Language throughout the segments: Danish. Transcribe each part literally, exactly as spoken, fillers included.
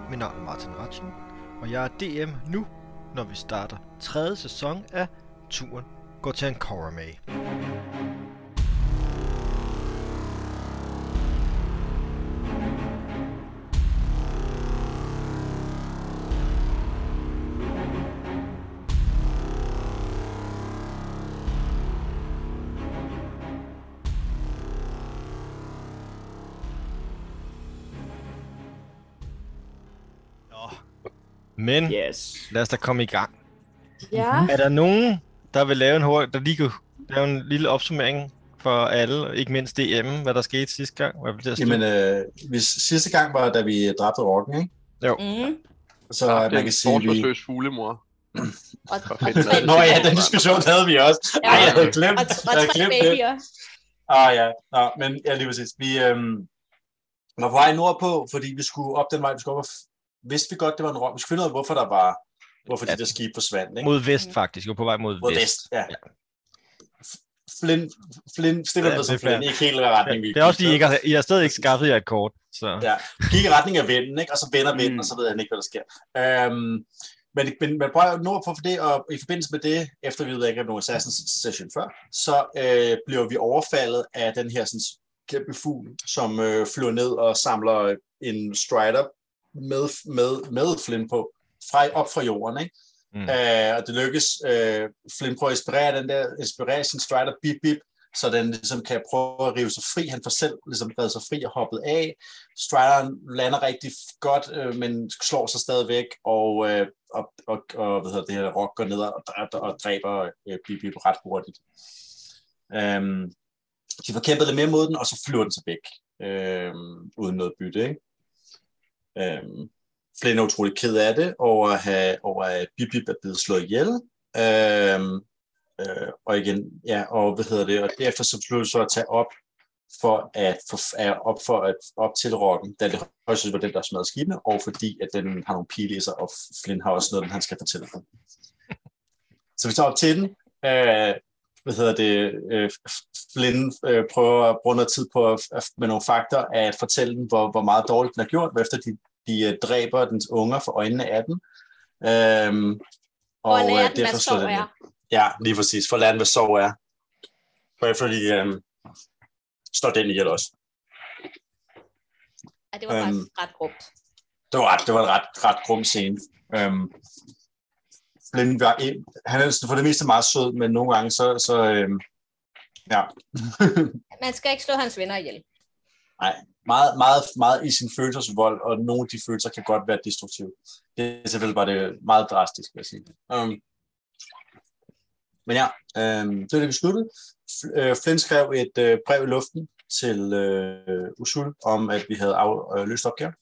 Mit navn er Martin Ratchen, og jeg er D M nu, når vi starter tredje sæson af Turen går til Anchorame. Men Yes. lad os da komme i gang. Ja. Er der nogen, der vil lave en hurtig, der lige kunne lave en lille opsummering for alle, ikke mindst D M, hvad der skete sidste gang? Hvad blev det Jamen, øh, hvis, sidste gang var, da vi dræbte rocken, ikke? Jo. Mm. Så ja, man kan sige, vi... Forsvarsløs fuglemor. Og, For og, fedt. tre, Nå ja, den diskussion havde vi også. Ja. Ej, jeg havde glemt, og, og jeg havde tre glemt det. babyer. Ah ja, Nå, men ja, lige præcis. Vi øhm, var på vej nordpå, fordi vi skulle op den vej, vi skulle op, og f- vidste vi godt, det var en rock. Vi skulle finde ud af, hvorfor der var, hvorfor Ja. de der skib forsvandt, ikke? Mod vest faktisk, jo på vej mod, Mod vest. vest, ja. Ja. Flint, Flint, stille Ja, med det som er fair. Flint, ikke helt hvad retning vi Det er også gik, fordi, I, så- ikke har, I har stadig ikke skaffet jer et kort. Så. Ja, gik i retning af vinden, ikke? Og så vender vinden, Mm. og så ved han ikke, hvad der sker. Øhm, men, men man prøver nordpå for det, og i forbindelse med det, efter vi ved ikke, at nogen Assassin's session før, så øh, bliver vi overfaldet af den her sådan, kæmpe fugl, som øh, flyver ned og samler en strider med, med, med Flynn på, fra, op fra jorden, ikke? Mm. Øh, og det lykkes, øh, Flynn prøver at inspirere den der, inspirere sin strider, bip bip, så den ligesom kan prøve at rive sig fri. Han får selv ligesom reddet sig fri og hoppet af. Strideren lander rigtig godt, øh, men slår sig stadigvæk, og, øh, og, og, og hvad hedder det her, Rock går ned og, og, og dræber øh, Bibi ret hurtigt. Um, de får kæmpet lidt mere mod den, og så flyver den sig væk, øh, uden noget bytte, ikke? Um, Flynn er utrolig ked af det, over at, have, over at Bibi er blevet slået ihjel. Um, Øh, og igen, ja, og hvad hedder det, og derefter så besluttede så at tage op for at for, er op for at op til rocken, da det højst var den, der smadrede skibene, og fordi at den har nogle pile i sig, og Flynn har også noget, han skal fortælle dem. Så vi tager op til den, øh, hvad hedder det, øh, Flynn øh, prøver at bruge noget tid på at, med nogle fakter at fortælle dem, hvor, hvor meget dårligt den har gjort, efter de, de uh, dræber dens unger for øjnene af den. Øh, og Og lære øh, den, derfor hvad slår sorg den er. Ja, lige præcis. For læren, hvad sorg er. For efter de øhm, står den ihjel også. Ja, det var Øhm. faktisk ret grumt. Det var, ret, det var en ret, ret grum scene. Øhm, Flynn var en, han er for det meste meget sød, men nogle gange så, så øhm, ja. Man skal ikke slå hans venner ihjel. Nej, meget, meget, meget i sin følelsesvold, og nogle af de følelser kan godt være destruktive. Det er selvfølgelig bare det meget drastisk, vil jeg sige. Um, Men ja, øh, det var det, vi sluttede. F- øh, Flynn skrev et øh, brev i luften til øh, Usul om, at vi havde af, øh, løst opgaven.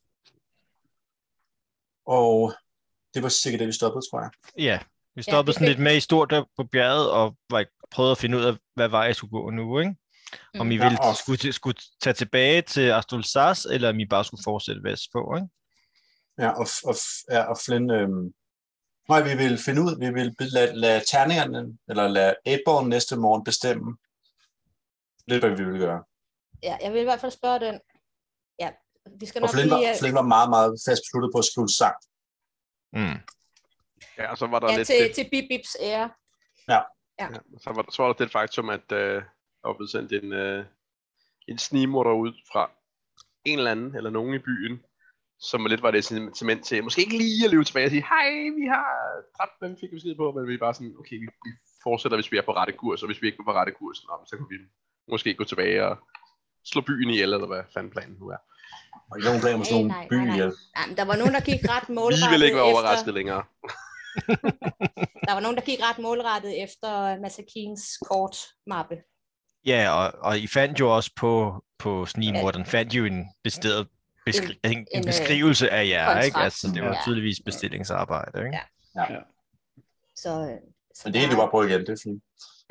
Og det var sikkert det, vi stoppede, tror jeg. Ja, vi stoppede det sådan fik- lidt med i stort der på bjerget, og var, prøvede at finde ud af, hvad vej jeg skulle gå nu, ikke? Om I Mm. ville Ja, og- skulle, til- skulle tage tilbage til Astolzas, eller om I bare skulle fortsætte vestpå, ikke? Ja, og, og, ja, og Flynn... Øh, nej, vi vil finde ud, vi vil lade, lade terningerne, eller lade eightborn næste morgen bestemme. Det er, hvad vi vil gøre. Ja, jeg vil i hvert fald spørge den. Ja, vi skal Og nok Flynn lige... var, Flynn var meget, meget fast besluttet på at skrive en sang. Mm. Ja, og så var der Ja, lidt til, det, til Bip Bips ære. ja, så var, så var der det faktum, at øh, der var blevet sendt en, øh, en snigmorder ud fra en eller anden, eller nogen i byen, som lidt var det incitament til, måske ikke lige at løbe tilbage og sige, hej, vi har dræbt, hvem fik vi besked på, men vi er bare sådan, okay, vi, vi fortsætter, hvis vi er på rette kurs, og hvis vi ikke er på rette kurs, så kan vi måske gå tilbage og slå byen ihjel, eller hvad fanden planen nu er. Og ikke nogen planer med sådan Nej, nogle nej, nej, by nej. ihjel. Ja, men der var nogen, der gik ret Vi målrettet vil ikke være efter... overrasket længere. Der var nogen, der gik ret målrettet efter Masakins kortmappe. Ja, og, og I fandt jo også på, på snigmorderen, fandt jo en bestået beskri- en, en, en, øh, beskrivelse af jer, kontrakt. ikke? Altså, det var Ja. tydeligvis bestillingsarbejde, ikke? Ja. Ja. Så, øh, så Men det kan der- du bare prøve igen, det er fint.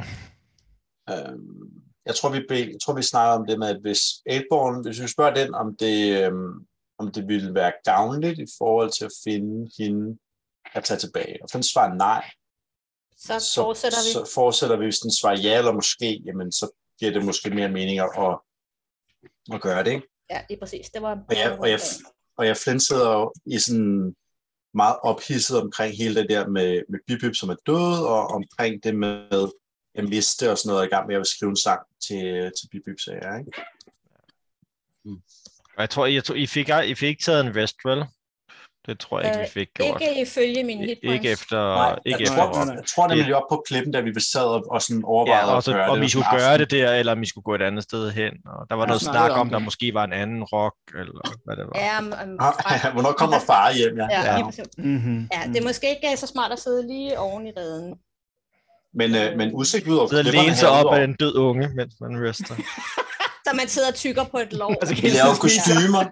øhm, jeg, tror, vi be, jeg tror, vi snakker om det med, at hvis eightborn, hvis vi spørger den, om det, øhm, om det ville være gavnligt i forhold til at finde hende at tage tilbage. Og for den svarer nej, så så, fortsætter vi. så fortsætter vi. Hvis den svarer ja eller måske, jamen så giver det måske mere mening at, at gøre det, ikke? Ja, det er præcis. Det var, Og jeg, og jeg, og jeg Flynn sidder jo i sådan meget ophidset omkring hele det der med, med Bip-Bip, som er død, og omkring det med at miste og sådan noget, i gang med at skrive en sang til, til Bip-Bip, sagde jeg, ikke? Mm. Jeg tror, I, jeg tror I, fik, I fik ikke taget en rest, vel? Det tror jeg ikke, vi fik gjort. Ikke ifølge mine hitpoints. Ikke efter, nej, ikke jeg, efter tror, rock. jeg tror nemlig op på klippen, da vi sad og, og sådan overvejede ja, og så, at gøre om det. vi skulle gøre det der, eller om vi skulle gå et andet sted hen. Og der var ja, noget snak om, der måske var en anden rock, eller hvad det var. Ja, um, um, ah, hvornår kommer far hjem? Ja, ja, ja. Mm-hmm. ja, det er måske ikke så smart at sidde lige oven i reden. Men, øh, men udsigt ud over klipperne. Sidde og læne sig op af en død unge, mens man rester. Så man sidder og tykker på et lov. Vi laver kostymer.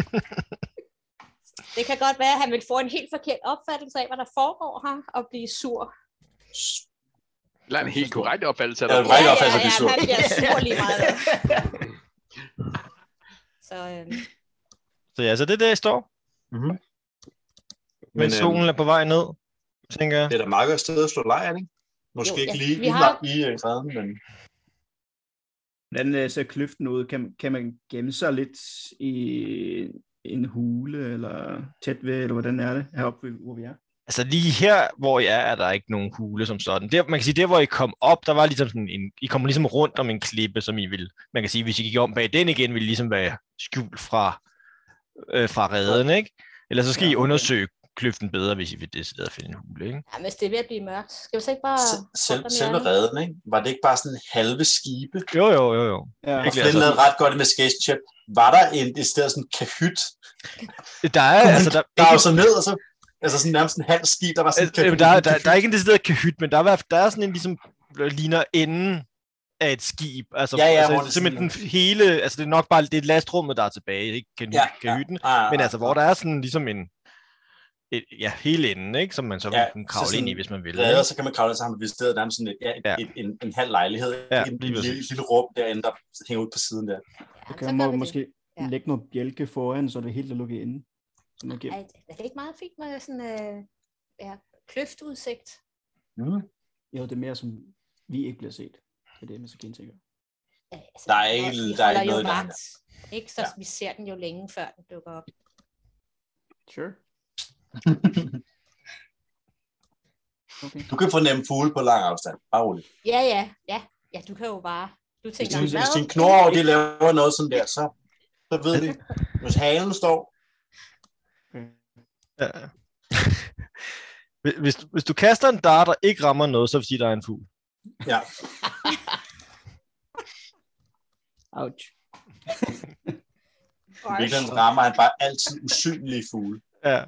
Det kan godt være, at han vil få en helt forkert opfattelse af, hvad der foregår her, og blive sur. Eller en helt korrekt opfattelse af ja, det. Ja, ja, ja, ja, han bliver sur lige meget. så, øhm. så ja, så det er der, I står. Mm-hmm. Men, Men solen øhm, er på vej ned, tænker jeg. Det er da meget godt sted at slå lejr, ikke? Måske jo, ikke ja, lige vi har... i uh, graden, men... Hvordan uh, ser kløften ud? Kan, kan man gemme sig lidt i en hule, eller tæt ved, eller hvordan er det heroppe, hvor vi er? Altså lige her, hvor jeg er, er der ikke nogen hule som sådan. Der, man kan sige, der hvor I kom op, der var ligesom sådan en, I kom ligesom rundt om en klippe, som I ville. Man kan sige, hvis I gik om bag den igen, ville I ligesom være skjult fra, øh, fra reden, ikke? Eller så skal ja, I undersøge kløften bedre, hvis I vil decidere at finde en hule, ikke? Ja, hvis det er ved at blive mørkt. Skal vi så ikke bare... Selv, selve reden, ikke? Var det ikke bare sådan halve skibe? Jo, jo, jo, jo. Ja. Og Flynn lavede ret godt med Skate Chip. Var der en, et sted sådan en kahyt? Der er, altså... Der, der er jo så ned, og så... Altså sådan nærmest en halv skib, der var sådan en kahyt. Der, der, der er ikke en decideret kahyt, men der er, der er sådan en, ligesom, ligner enden af et skib. Altså, ja, ja, altså simpelthen den hele... Altså, det er nok bare det er lastrummet, der er tilbage, ikke kahyt, ja, kahytten. Ja. Ah, men altså, hvor der er sådan ligesom en... Et, ja, hele enden, ikke? Som man så ja, kan kravle ind i, hvis man vil. Ja, så kan man kravle ind, så har man visiteret nærmest sådan et, ja, et, ja. Et, en, en halv lejlighed. Ja, en, en lille, lille rum derinde, der hænger ud på siden der. Ja, kan man må måske ja. lægge noget bjælke foran, så det helt er lukket inde. Ja, er det ikke meget fint med sådan øh, ja, kløftudsigt? Mm. Jo, det er mere som vi ikke bliver set. Det er det, man så kan tænke. Ja, altså, der er ikke, vi der er ikke noget vagt, der. Ikke? Så ja. vi ser den jo længe, før den dukker op. Sure. Okay. Du kan fornemme fugle på lang afstand. Bare roligt. Ja, ja, ja. Ja, du kan jo bare... Du tænker, hvis, hvis din knurrer, de laver noget sådan der, så, så ved de, hvis halen står. Ja. hvis, hvis du kaster en dart, der ikke rammer noget, så vil sige, der er en fugl. Ja. Ouch. Hvilken rammer han bare altid usynlige fugle. Ja.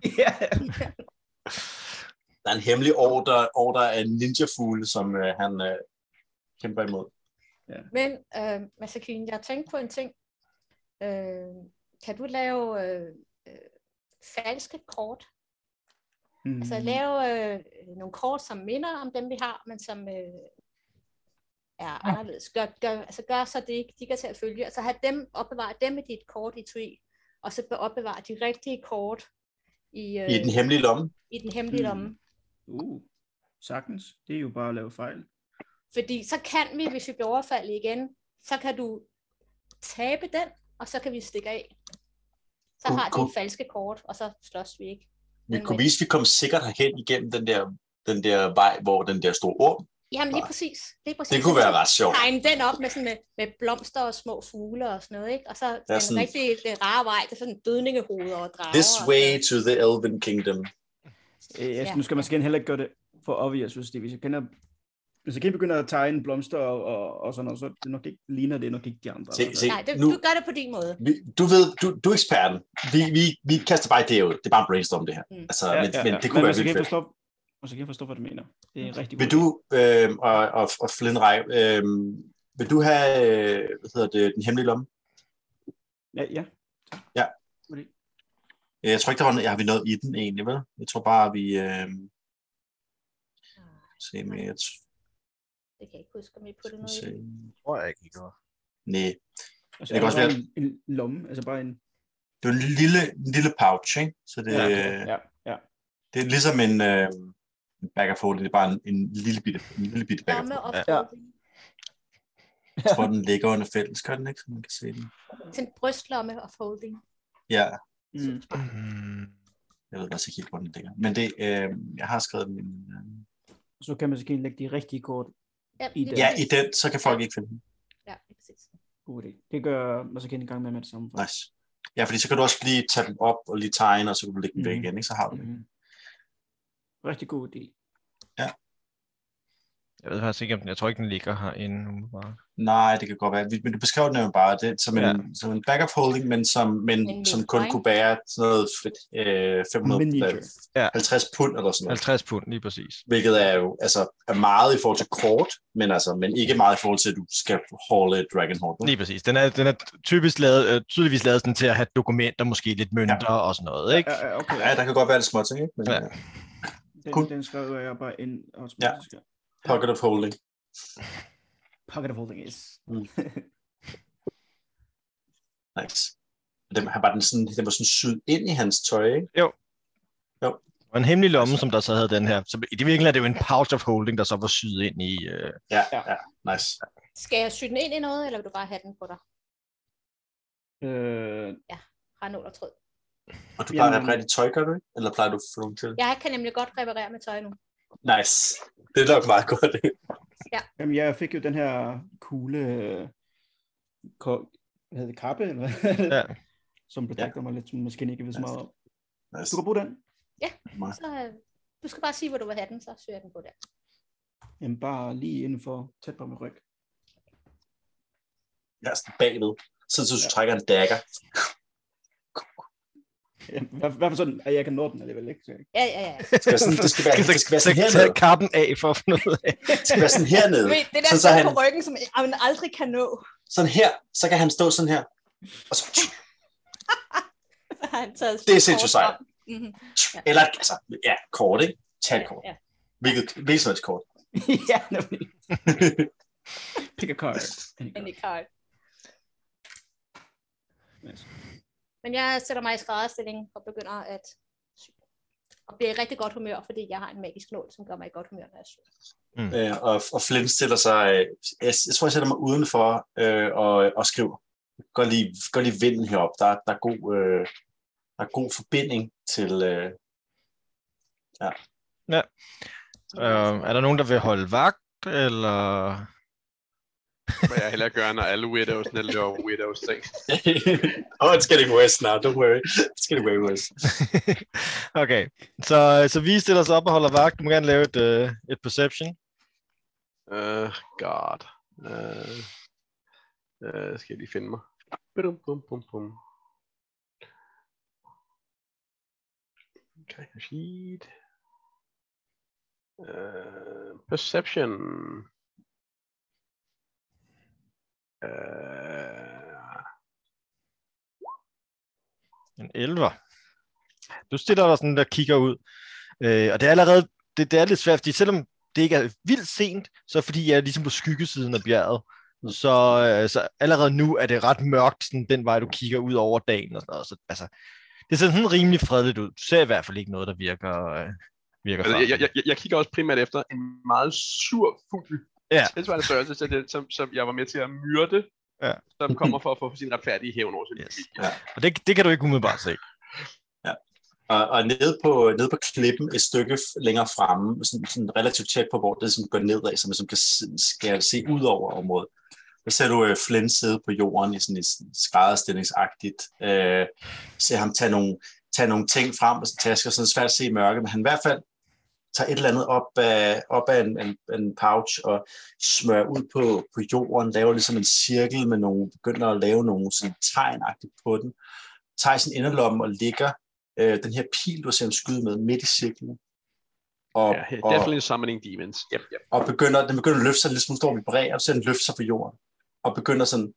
Der er en hemmelig ordre, ordre af ninja-fugle, som øh, han øh, kæmper imod. Ja. Men, øh, Masakine, jeg har tænkt på en ting. Øh, kan du lave øh, øh, falske kort? Mm. Altså lave øh, nogle kort, som minder om dem, vi har, men som øh, er anderledes. Gør, gør, altså gør så det ikke, de kan til at følge. Altså have dem, opbevare dem i dit kort i Tree, og så opbevare de rigtige kort i, øh, I den hemmelige lomme. I den hemmelige lomme. Mm. Uh, sagtens. Det er jo bare at lave fejl. Fordi så kan vi, hvis vi bliver overfaldet igen, så kan du tabe den, og så kan vi stikke af. Så cool, har de cool. falske kort, og så slås vi ikke. Vi kunne vise, at vi kom sikkert herhen igennem den der, den der vej, hvor den der store orm. Jamen lige præcis. Lige præcis. Det kunne være ret sjovt. Tegne den op med, sådan med, med blomster og små fugle og sådan noget, ikke? Og så den sådan... rigtig det rare vej, det er sådan dødningehoveder og drager. This way to the Elven Kingdom. Øh, ja. Nu skal man måske heller ikke gøre det for obvious, hvis det hvis jeg kender... Hvis jeg kan begynde at tegne blomster og, og, og sådan noget, så det nok ikke, ligner det nok ikke de andre. Se, se, Nej, det, nu, du gør det på din måde. Vi, du ved, du, du er eksperten. Vi, vi, vi kaster bare idéer ud. Det er bare en brainstorm, det her. Mm. Altså, ja, men, ja, ja. men det kunne men, være vildt fedt. Og så kan jeg forstå, hvad du mener. Det er rigtig vil du, øh, og, og, og Flynn Rej, øh, vil du have, hvad hedder det, den hemmelige lomme? Ja, ja. Ja. Jeg tror ikke, der var, jeg har vi noget i den egentlig, vel? Jeg tror bare, vi... Øh, se med et... Det kan jeg ikke huske, om I putter noget i. Det tror jeg ikke, I gør. Nej. Altså, det kan også være en, en lomme, altså bare en... Det er en lille, en lille pouch, ikke? Så det, ja, okay. ja, ja. Det er ligesom en, øh, en bag of holding, det er bare en, en lille bitte, en lille bitte bag of holding. Ja. Jeg tror, den ligger under fælles, gør den ikke, så man kan se den. Sådan en brystlomme of holding. Ja. Mm. Jeg ved faktisk ikke helt, hvor den ligger. Men det, øh, jeg har skrevet min... Øh... Så kan man så lægge de rigtige kort Ja, i den. Ja, i den, så kan folk ja. ikke finde den. Ja, præcis. God idé. Det gør man så kan en gang med med det samme. Nice. Ja, fordi så kan du også lige tage dem op og lige tegne, og så kan du lægge dem væk mm. igen, ikke? Så har du det. Mm. Rigtig god idé. Ja. Jeg ved faktisk ikke, om den, jeg tror ikke, den ligger herinde. Bare. Nej, det kan godt være. Men du beskrev den jo bare det, som, en, ja. som en backup holding, men som, men, som kun kunne bære sådan noget øh, fem hundrede og halvtreds ja. pund eller sådan noget. halvtreds pund, lige præcis. Hvilket er jo altså, er meget i forhold til kort, men, altså, men ikke meget i forhold til, at du skal holde et Dragonheart. Lige præcis. Den er, den er typisk lavet, øh, tydeligvis lavet sådan til at have dokumenter, måske lidt mønter ja. og sådan noget, ikke? Ja, okay. ja, der kan godt være lidt småting, ikke? Men, ja. ja. Den, cool. den skrev jeg bare ind automatisk. Ja. Pocket of holding. Pocket of holding is. Mm. Nice. Den var, den, sådan, den var sådan syet ind i hans tøj, ikke? Jo. Jo. Og en hemmelig lomme, som der så havde den her. Så i det virkeligheden er det jo en pouch of holding, der så var syet ind i... Øh... Ja, ja, nice. Skal jeg sy den ind i noget, eller vil du bare have den på dig? Øh... Ja, har nål og tråd. Og du plejer at reparere dit tøj, gør du ikke? Eller plejer du at få nogen til? Jeg kan nemlig godt reparere med tøj nu. Nice. Det er nok meget godt. Ja. Jamen, jeg fik jo den her kugle... Ko- hvad hedder det? Kappe, eller hvad? Ja. Som bedækker ja. mig lidt, som måske ikke ved så meget om. Nice. Du kan bruge den? Ja, så du skal bare sige, hvor du vil have den, så søger jeg den på der. Jamen, bare lige inden for tæt på min ryg. Ja, sådan bagved. Sådan, så du ja. trækker en dagger. Ja, i hvert fald sådan, at jeg kan nå den alligevel, ikke? Så... Ja, ja, ja. Det skal være sådan, det skal være, det skal være sådan hernede. Tag kappen af for at finde ud af. Det skal være sådan hernede. Wait, det der sådan, så han, på ryggen, som man aldrig kan nå. Sådan her, så kan han stå sådan her. Og så... så har han taget det er sindssygt sejt. Mm-hmm. Ja. Eller, altså, ja, kort, ikke? Tag et kort. Ja, ja. Hvilket, hvilket som et kort. ja, nemlig. Pick a card. Any card. Yes. Men jeg sætter mig i skrædderstilling og begynder at sy. Og bliver i rigtig godt humør, fordi jeg har en magisk nål, som gør mig i godt humør, når jeg syr. Mm. Øh, og, og Flint stiller sig, øh, jeg, jeg tror, jeg sætter mig udenfor øh, og, og skriver. Går lige, går lige vinden heroppe. Der, der, er god, øh, der er god forbinding til... Øh, ja. Ja. Øh, er der nogen, der vil holde vagt, eller... Hvad jeg hellere gør, når alle widows laver widows ting. Oh, it's getting worse now, don't worry. It's getting way worse. Okay, så, så vi stiller os op og holder vagt. Du må gerne lave et, uh, et perception. Uh, God. Uh, uh, skal jeg lige finde mig. Bum, bum, bum, bum. Okay, sheet. Uh, perception. Uh... En elver. Du stiller dig sådan der kigger ud. Øh, og det er allerede, det, det er lidt svært, fordi selvom det ikke er vildt sent, så fordi jeg er ligesom på skyggesiden af bjerget. Så, øh, så allerede nu er det ret mørkt, sådan den vej, du kigger ud over dagen. Og sådan noget. Så, altså, det ser sådan rimelig fredeligt ud. Du ser i hvert fald ikke noget, der virker, øh, virker altså, jeg, jeg, jeg kigger også primært efter en meget sur fugl. Ja. Tilsvarende størrelse, så det, som, som jeg var med til at myrde, ja. som kommer for at få sin retfærdige hævn over sin yes. ja. Og det, det kan du ikke umiddelbart se. Ja. Og, og nede, på, nede på klippen et stykke længere fremme, sådan, sådan relativt tæt på, hvor det som går nedad, så man som kan skal se ud over området. Der ser du uh, Flint sidde på jorden i sådan et skrædderstillingsagtigt. Uh, ser ham tage nogle, tage nogle ting frem og tasker, sådan svært at se i mørke, men han i hvert fald tager et eller andet op af, op af en, en, en pouch og smører ud på, på jorden, laver ligesom en cirkel med nogle, begynder at lave nogle sådan tegnagtigt på den, tager sin inderlomme og lægger øh, den her pil, du ser ham skyde med midt i cirklen. Og, ja, yeah, definitely og, summoning demons. Yep, yep. Og begynder, den begynder at løfte sig lidt, som står og vibrerer, og så den løfter sig på jorden. Og begynder sådan,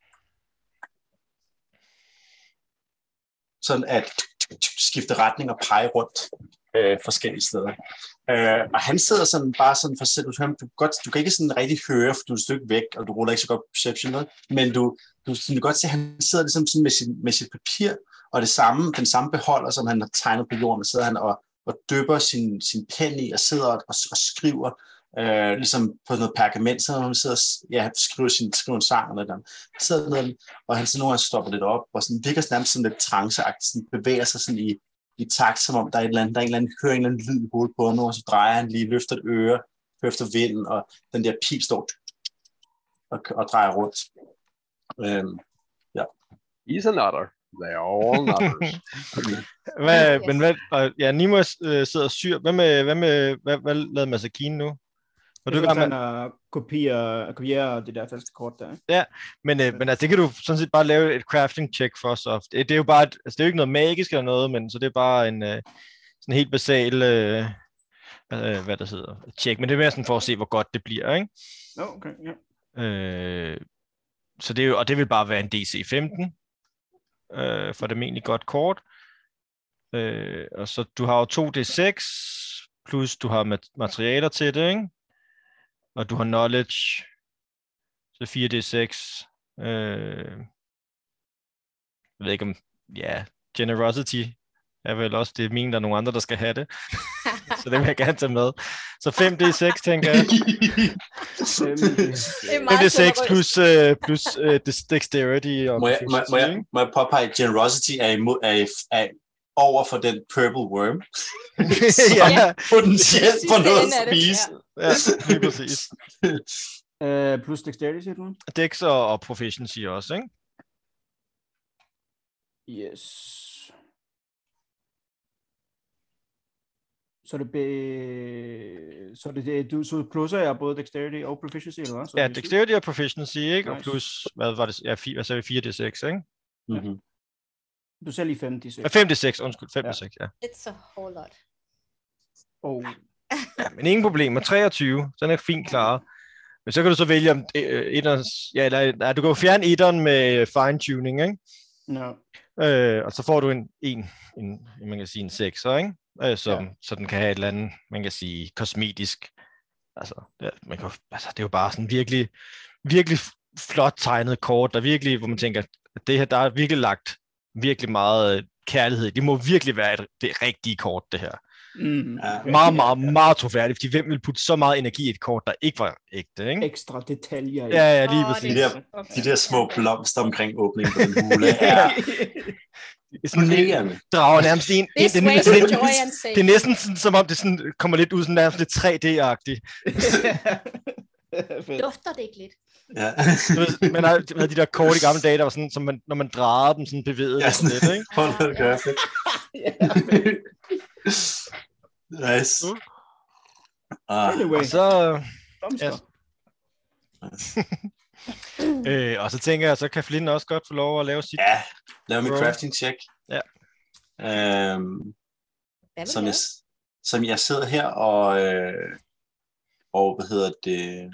sådan at skifte retning og pege rundt øh, forskellige steder. Øh, og han sidder sådan bare sådan for selv, du, du, godt, du kan ikke sådan rigtig høre, for du er et stykke væk, og du ruller ikke så godt perception med, men du, du, du kan godt se, at han sidder ligesom sådan med, sin, med sit papir, og det samme, den samme beholder, som han har tegnet på jorden, og sidder han og, og dypper sin, sin pen i, og sidder og, og, og skriver, Øh, ligesom på noget pergament, så når man sidder og ja, skriver, sin, skriver en sang, eller noget, sidder ned, og han så nogle gange stopper lidt op, og sådan, virker nærmest sådan lidt tranceagtigt, sådan bevæger sig sådan i, i takt, som om der er et eller andet, der er en eller anden, hører en eller anden lyd i hovedet på ham, og så drejer han lige, løfter et øre, løfter vinden, og den der pip står og, og drejer rundt. Øhm, ja. He's a nutter. They are all nutters. hvad, men hvad, ja, Nimo øh, sidder og syr. Hvad med, hvad med, hvad, hvad lavede Masakine nu? Og du kan man kopiere, kopiere det der falske kort der. Ja, men, øh, men altså, det kan du sådan set bare lave et crafting check for, så det, det er jo bare, et, altså, det er jo ikke noget magisk eller noget, men så det er bare en øh, sådan helt basal, øh, øh, hvad der hedder, check, men det er mere sådan for at se, hvor godt det bliver, ikke? Okay, ja. Øh, så det er jo, og det vil bare være en D C femten, øh, for det er egentlig godt kort. Øh, og så du har jo to D seks, plus du har mat- materialer til det, ikke? Og du har knowledge, så fire D seks. Øh, jeg ved ikke om, ja, generosity er vel også, det er min, der er nogle andre, der skal have det. Så det vil jeg gerne tage med. Så fem D seks, tænker jeg. fem D seks plus, uh, plus uh, dexterity. Og må, jeg, må, må, jeg, må jeg påpege, generosity er, imod, er, er over for den purple worm. Ja. Potentielt for noget at spise. Ja, lige præcis. Uh, plus dexterity, siger du? Dex og, og proficiency også, ikke? Yes. Så det, be... så det, det du så plusser jeg både dexterity og proficiency, eller hvad? Så ja, dexterity og proficiency, ikke? Nice. Og plus, hvad var det? Ja, fire, hvad sagde vi? fire D seks, ikke? Mm-hmm. Du sagde lige fem D seks. Ja, fem D seks, undskyld, fem D seks, ja. It's a whole lot. Oh. Ja, men ingen problemer. treogtyve, den er fint klar. Men så kan du så vælge om øh, etteren, ja, eller, du kan jo fjerne etteren med fine tuning, ikke? No. Øh, og så får du en, en, en man kan sige en sekser, ikke? Øh, som, ja. Så den kan have et eller andet, man kan sige, kosmetisk. Altså, det, man kan, altså, det er jo bare sådan virkelig, virkelig flot tegnet kort, der virkelig, hvor man tænker, at det her, der er virkelig lagt virkelig meget kærlighed. Det må virkelig være et, det rigtige kort, det her. Mm. Ja. Meget, meget, meget troværdigt, fordi hvem vil putte så meget energi i et kort, der ikke var ægte, ikke? Ekstra detaljer. Ja, ja, lige præcis. De der, de der små blomster omkring åbningen på den hule. Ja. Sådan, drager nærmest en, en det, er næsten, det er næsten sådan, som om det sådan, kommer lidt ud sådan nærmest lidt tre D-agtigt. Dufter det ikke lidt? Ja. Man havde de der kort i gamle dage, der var sådan, som man, når man drejede dem, sådan bevægede ja, sådan, lidt, ikke? Hold da, det gør jeg fedt. Nice. Uh, anyway. Og så... Yes. øh, og så tænker jeg, så kan Flynn også godt få lov at lave sit... Ja, lave mit crafting check. Ja. Øhm, som, jeg, som jeg sidder her og... Øh, og hvad hedder det...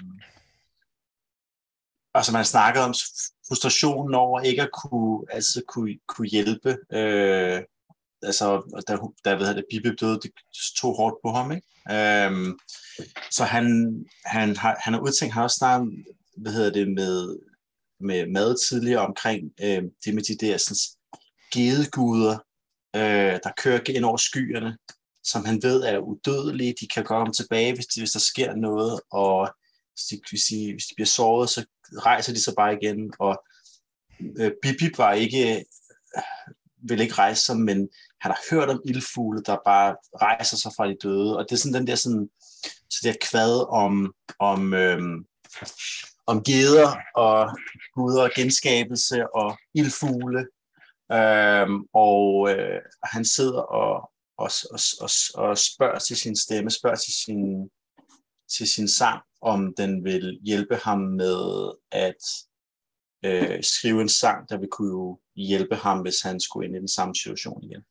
Og som han snakker om frustrationen over ikke at kunne, altså kunne, kunne hjælpe. Øh, altså, da, da hvad hedder det, Bibi døde, det tog hårdt på ham, ikke? Øhm, så han, han, har, han har udtænkt, han har også snakket, hvad hedder det, med, med mad tidligere omkring øh, det med de der sådan, gedeguder, øh, der kører ind over skyerne, som han ved er udødelige. De kan komme tilbage, hvis, de, hvis der sker noget, og hvis de, hvis, de, hvis de bliver såret, så rejser de sig bare igen. Og øh, Bibi var ikke, øh, vil ikke rejse sig, men han har hørt om ildfugle, der bare rejser sig fra de døde. Og det er sådan den der sådan, så der kvad om, om, øh, om geder og guder og genskabelse og ildfugle. Øh, og øh, han sidder og Og, og, og, og spørger til sin stemme, spørger til sin, til sin sang, om den vil hjælpe ham med at øh, skrive en sang, der vil kunne hjælpe ham, hvis han skulle ind i den samme situation igen.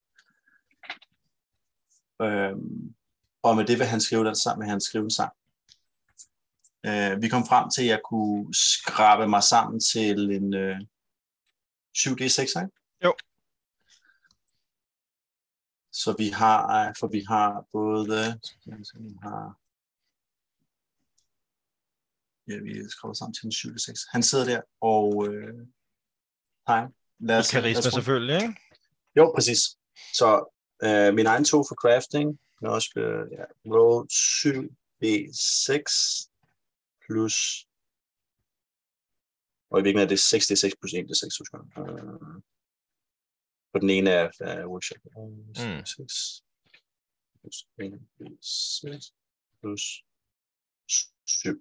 Øhm, og med det vil han skrive den sang, vil han skrive en sang. Øh, vi kom frem til, at jeg kunne skrabe mig sammen til en øh, syv D seks, ikke? Jo. Så vi har, for vi har både, vi har, ja, vi skriver sammen til en syv D seks. Han sidder der og øh, hej. Lad os, karisma selvfølgelig, ikke? Jo, præcis. Så øh, min egen to for crafting, men også øh, ja, roll syv D seks plus... Og i virkeligheden er det seks D seks plus en D seks. Uh, på den ene er uh, workshop. Mm. seks plus en D seks plus syv.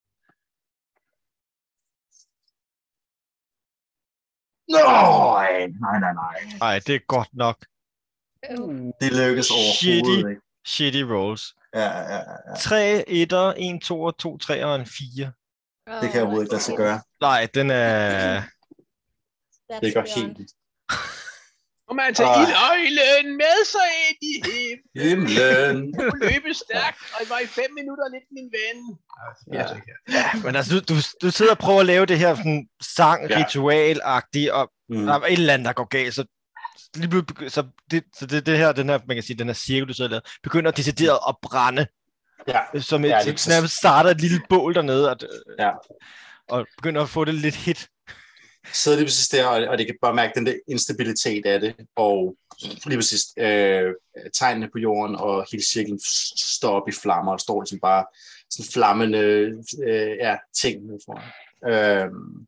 Nej, nej, nej, nej. Nej, det er godt nok. Det lykkes overhovedet ikke. Shitty rolls. Ja, ja, ja. Tre etter, en toer, to treer og en fire. Det kan jeg overhovedet ikke lade sig gøre. Nej, den er... Det går helt vildt. Og man tager uh. ildøjlen med sig ind i himlen. Du løber stærkt, og det var i fem minutter lidt, min ven. Ja, ja. Men altså, du, du, du sidder og prøver at lave det her sådan, sang-ritual-agtigt, og mm. der er et eller andet, der går galt, så så det, så det, det her, den her, man kan sige, den her cirkel, du sidder og laver, begynder decideret at brænde. Ja. Som et, ja, det nærmest starter et lille bål dernede, og, ja. og begynder at få det lidt hit. Sidder lige præcis der, og, og det kan bare mærke den der instabilitet af det, og lige præcis øh, tegnene på jorden, og hele cirklen står op i flammer, og står ligesom bare sådan flammende øh, ja, ting foran. Øh,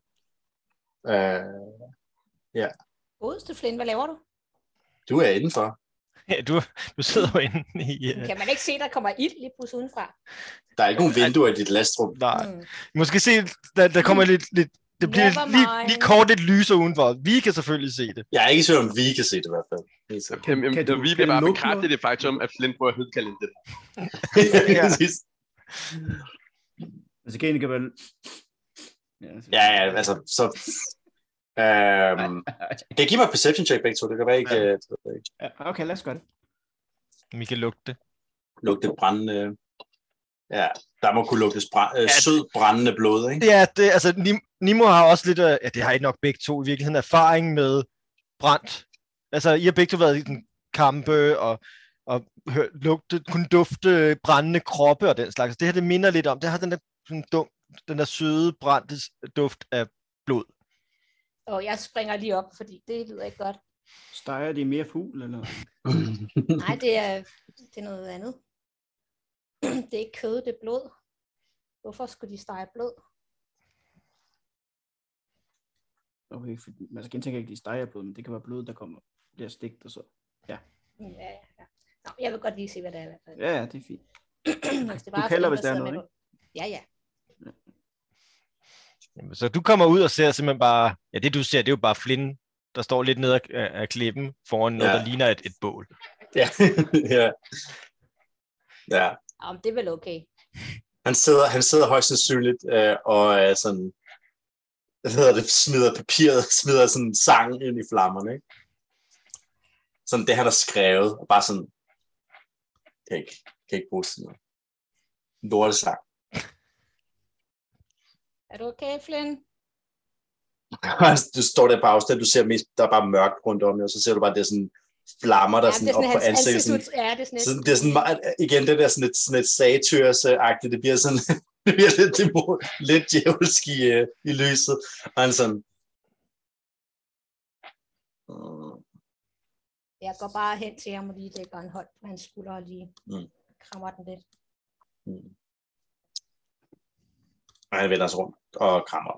øh, ja. Godeste Flynn, hvad laver du? Du er indenfor. Ja, du, du sidder jo inde i... Uh... Kan man ikke se, der kommer ild lige pludselig udenfra? Der er ikke nogen vinduer i dit lastrum. Nej. Mm. Måske se, der, der kommer lidt... lidt det bliver lige, lige kort lidt lyser udenfor. Vi kan selvfølgelig se det. Jeg er ikke sikker, om vi kan se det i hvert fald. Kan, kan, kan du, vi vil bare bekræfte det faktum, at Flint får hedkaldet det. Ja, præcis. Altså, kan kan vel... Ja, ja, altså, så... Um, kan jeg give mig et perception check begge to? Det kan være ikke... Ja. Uh, ja, okay, lad os gøre det. Vi kan lugte det. Lugte brændende... Ja, der må kunne lugtes brænd, øh, sød brændende blod, ikke? Ja, det, altså Nimo har også lidt... Ja, det har I nok begge to i virkeligheden erfaring med brændt. Altså, I har begge to været i den kampe og, og hør, lugte, kunne dufte brændende kroppe og den slags. Det her, det minder lidt om. Det har den der, sådan dum, den der søde, brændte duft af blod. Og jeg springer lige op, fordi det lyder ikke godt. Steger de mere fugl, eller? Nej, det er, det er noget andet. Det er ikke kød, det er blod. Hvorfor skulle de stege blod? Okay, for man skal tænke ikke, de steger blod, men det kan være blod, der kommer, bliver stegt og så. Ja. Ja, ja. Nå, jeg vil godt lige se, hvad det er i hvert fald. Ja, ja, det er fint. det er bare du kalder, hvis der er noget, ikke? Ja, ja. Jamen, så du kommer ud og ser simpelthen bare, ja, det du ser, det er jo bare Flynn, der står lidt nede af, af klippen foran noget, ja. Der ligner et, et bål. Ja, ja. Ja. Om det er vel okay. Han sidder, han sidder højst sandsynligt øh, og er sådan, hvad hedder det, smider papiret, smider sådan en sang ind i flammerne, ikke? Sådan det, han har skrevet, og bare sådan, kan ikke, kan ikke bruge sådan noget. En lortesang. Er du okay, Flynn? Du står der på afstand, du ser mest, der er bare mørkt rundt om, og så ser du bare, det er sådan flammer, der ja, sådan, sådan op på ansigtet. Sådan, ja, det er sådan, sådan, det er sådan meget, igen, det der sådan et, sådan et satyrs-agtigt, det bliver sådan, det bliver lidt, det bliver lidt djævelsk i, uh, i lyset, og han sådan... Uh... Jeg går bare hen til ham og lige lægger en hånd på hans skulder og lige mm. krammer den lidt. Mm. Og han vender sig rundt og krammer.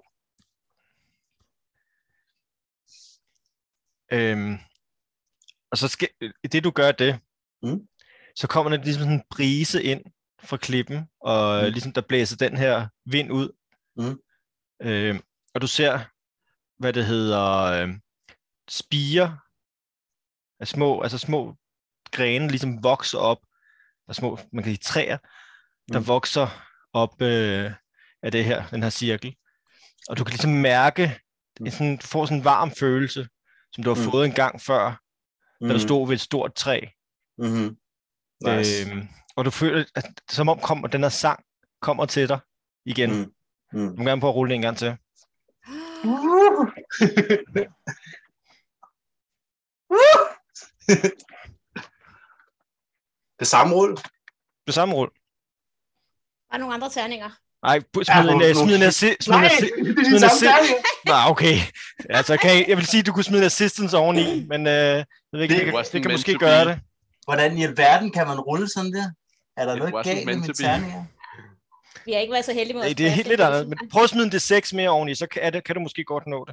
Øhm, og så skal, i det du gør det, mm. så kommer der ligesom sådan en brise ind fra klippen, og mm. ligesom der blæser den her vind ud. Mm. Øhm, og du ser, hvad det hedder, øh, spirer af små, altså små grene ligesom vokser op, af små, man kan sige træer, der mm. vokser op øh, af det her, den her cirkel. Og du kan ligesom mærke, mm. sådan, du får sådan en varm følelse, som du har mm. fået en gang før, mm. da du stod ved et stort træ. Mm-hmm. Nice. Øhm, og du føler, at som om kommer, den her sang kommer til dig igen. Mm. Mm. Du må gerne prøve at rulle det en gang til. Det samme rulle. Det samme rulle. Der er nogle andre terninger. Nej, smid en smid en assist. Nej, det er samme. Nej, okay. Altså, kan jeg, jeg vil sige, at du kunne smide en assistance oveni, men øh, jeg ved ikke, det, det, det, det kan måske gøre det. Hvordan i alverden kan man rulle sådan der? Er der noget galt med terninger? Vi har ikke været så heldige med Nej, os. det er helt lidt andet. Men prøv at smide en D seks mere oveni, så kan, det, kan du måske godt nå det.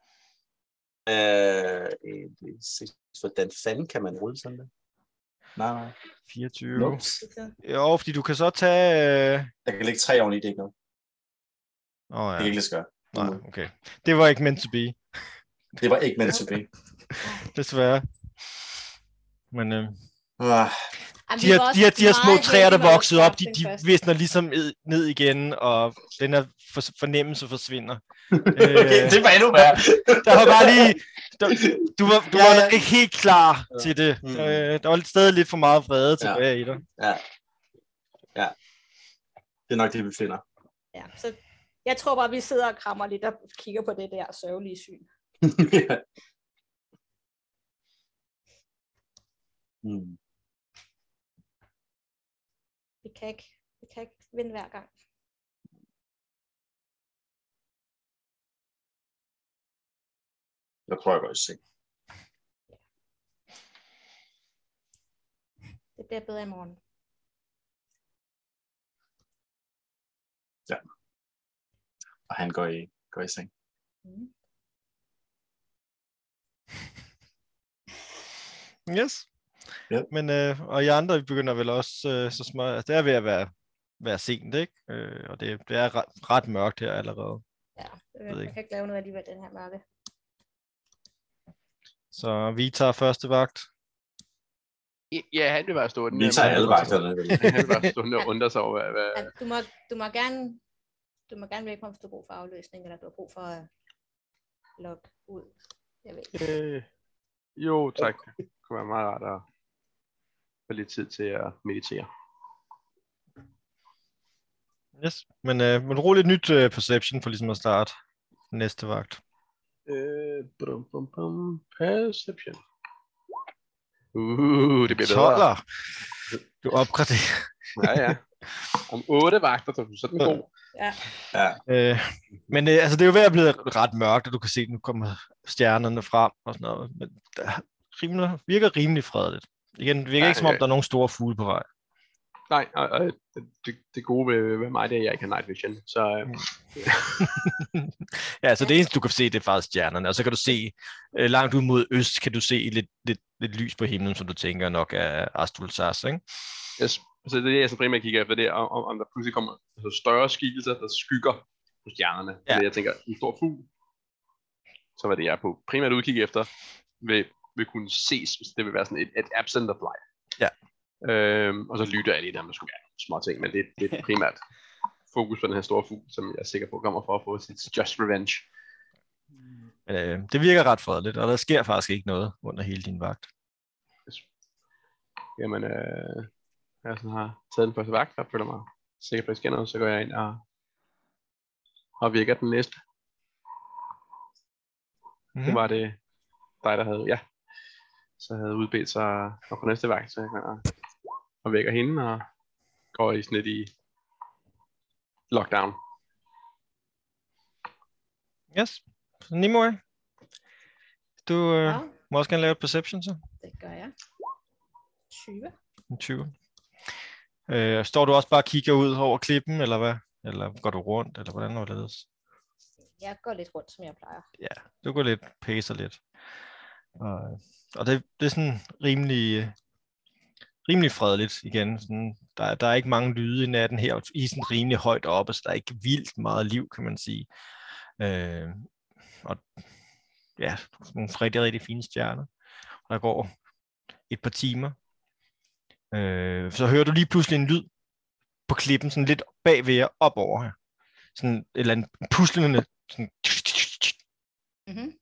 Øh, hvordan fanden kan man rulle sådan det? Nej, nej. fireogtyve. Nope. Jo, fordi du kan så tage... Øh... Jeg kan lægge tre oveni, det er ikke noget. Åh, ja. Det kan ikke lade sig gøre. Nej, okay. Det var ikke meant to be. Det var ikke meant to be. Desværre. Men... Øh... Ah. De her, de her, de her små træer, der voksede op, de, de visner ligesom ned igen, og den her for, fornemmelse forsvinder. Okay, det var endnu værre. Der var bare lige... Der, du var, du ja, var ja. ikke helt klar ja. til det. Mm. Der, der var stadig lidt for meget vrede tilbage ja. i dig. Ja. Ja. Det er nok det, vi finder. Ja, så jeg tror bare, vi sidder og krammer lidt og kigger på det der sørgelige syn. Ja. Mm. Vi kan ikke, vi kan ikke vinde hver gang. Jeg prøver at gå i seng. Det bliver bedre i morgen. Ja. Og han går i, går i seng. Mm. Yes. Ja. Men, øh, og I andre, vi begynder vel også øh, så smart. Altså, det er ved at være, være sent, ikke? Øh, og det, det er ret, ret mørkt her allerede. Ja, jeg, jeg kan ikke lave noget alligevel den her mørke. Så vi tager første vagt. Ja, han vil være stående. Vi tager alle vagterne. Han vil være stående og undre sig over, hvad... hvad... Ja, du, må, du må gerne du må gerne vælge, om du har brug for afløsning, eller du har brug for at logge ud. Jeg ved ikke. Øh, jo, tak. Det kunne være meget rart at få lidt tid til at meditere. Yes, men, øh, men roligt nyt øh, perception for ligesom at starte næste vagt. Øh, bum, bum, bum. Perception. Uh, det bliver bedre. tolver. Du opgraderer. Ja, ja. Om otte vagter, så er du sådan god. Ja. Ja. Øh, men øh, altså, det er jo ved at blive ret mørkt, og du kan se, at nu kommer stjernerne frem og sådan noget. Men det rimelig, virker rimelig fredeligt. Igen, det virker ja, ikke som om, der er nogen store fugle på vej. Nej, og, og det, det gode ved, ved mig, det er, at jeg ikke har night vision. Så, øh. ja, så det eneste, du kan se, det er faktisk stjernerne. Og så kan du se, øh, langt ud mod øst, kan du se lidt, lidt, lidt lys på himlen, som du tænker nok er Astrulsas, ikke? Yes. Så det er jeg så primært kigger efter, det er, om, om der pludselig kommer altså større skikkelser, der skygger på stjernerne. Ja. Så jeg tænker, en stor fugl, så var det jeg på primært udkig efter, vil, vil kunne ses, hvis det vil være sådan et, et absent of light. Ja. Øhm, og så lytter jeg lidt, om der skulle være nogle små ting, men det, det er primært fokus på den her store fugl, som jeg er sikker på kommer for at få sit just revenge. Men, øh, det virker ret fredeligt, og der sker faktisk ikke noget under hele din vagt. Yes. Jamen, øh, jeg sådan har taget den første vagt, og føler mig sikker på, at jeg skal noget, så går jeg ind og, og virker den næste. Mm-hmm. Det var det dig, der havde, ja. Så havde udbedt sig og på næste vagt, så jeg kan og, og vækker hende og går i sådan lidt i lockdown. Yes. Så Nimue, du øh, Ja. må også gerne lave et perception, så. Det gør jeg. tyve. tyve. Øh, står du også bare og kigger ud over klippen, eller hvad? Eller går du rundt, eller hvordan var det? Jeg går lidt rundt, som jeg plejer. Ja, du går lidt, pacer lidt. Og, og det, det er sådan rimelig, rimelig fredeligt igen. Sådan, der, der er ikke mange lyde i natten her, I er sådan rimelig højt oppe, så der er ikke vildt meget liv, kan man sige. Øh, og ja, nogle rigtig, rigtig fine stjerner. Og der går et par timer. Øh, så hører du lige pludselig en lyd på klippen, sådan lidt bag ved jer, op over her. Sådan et eller andet puslende. Sådan... Mm-hmm.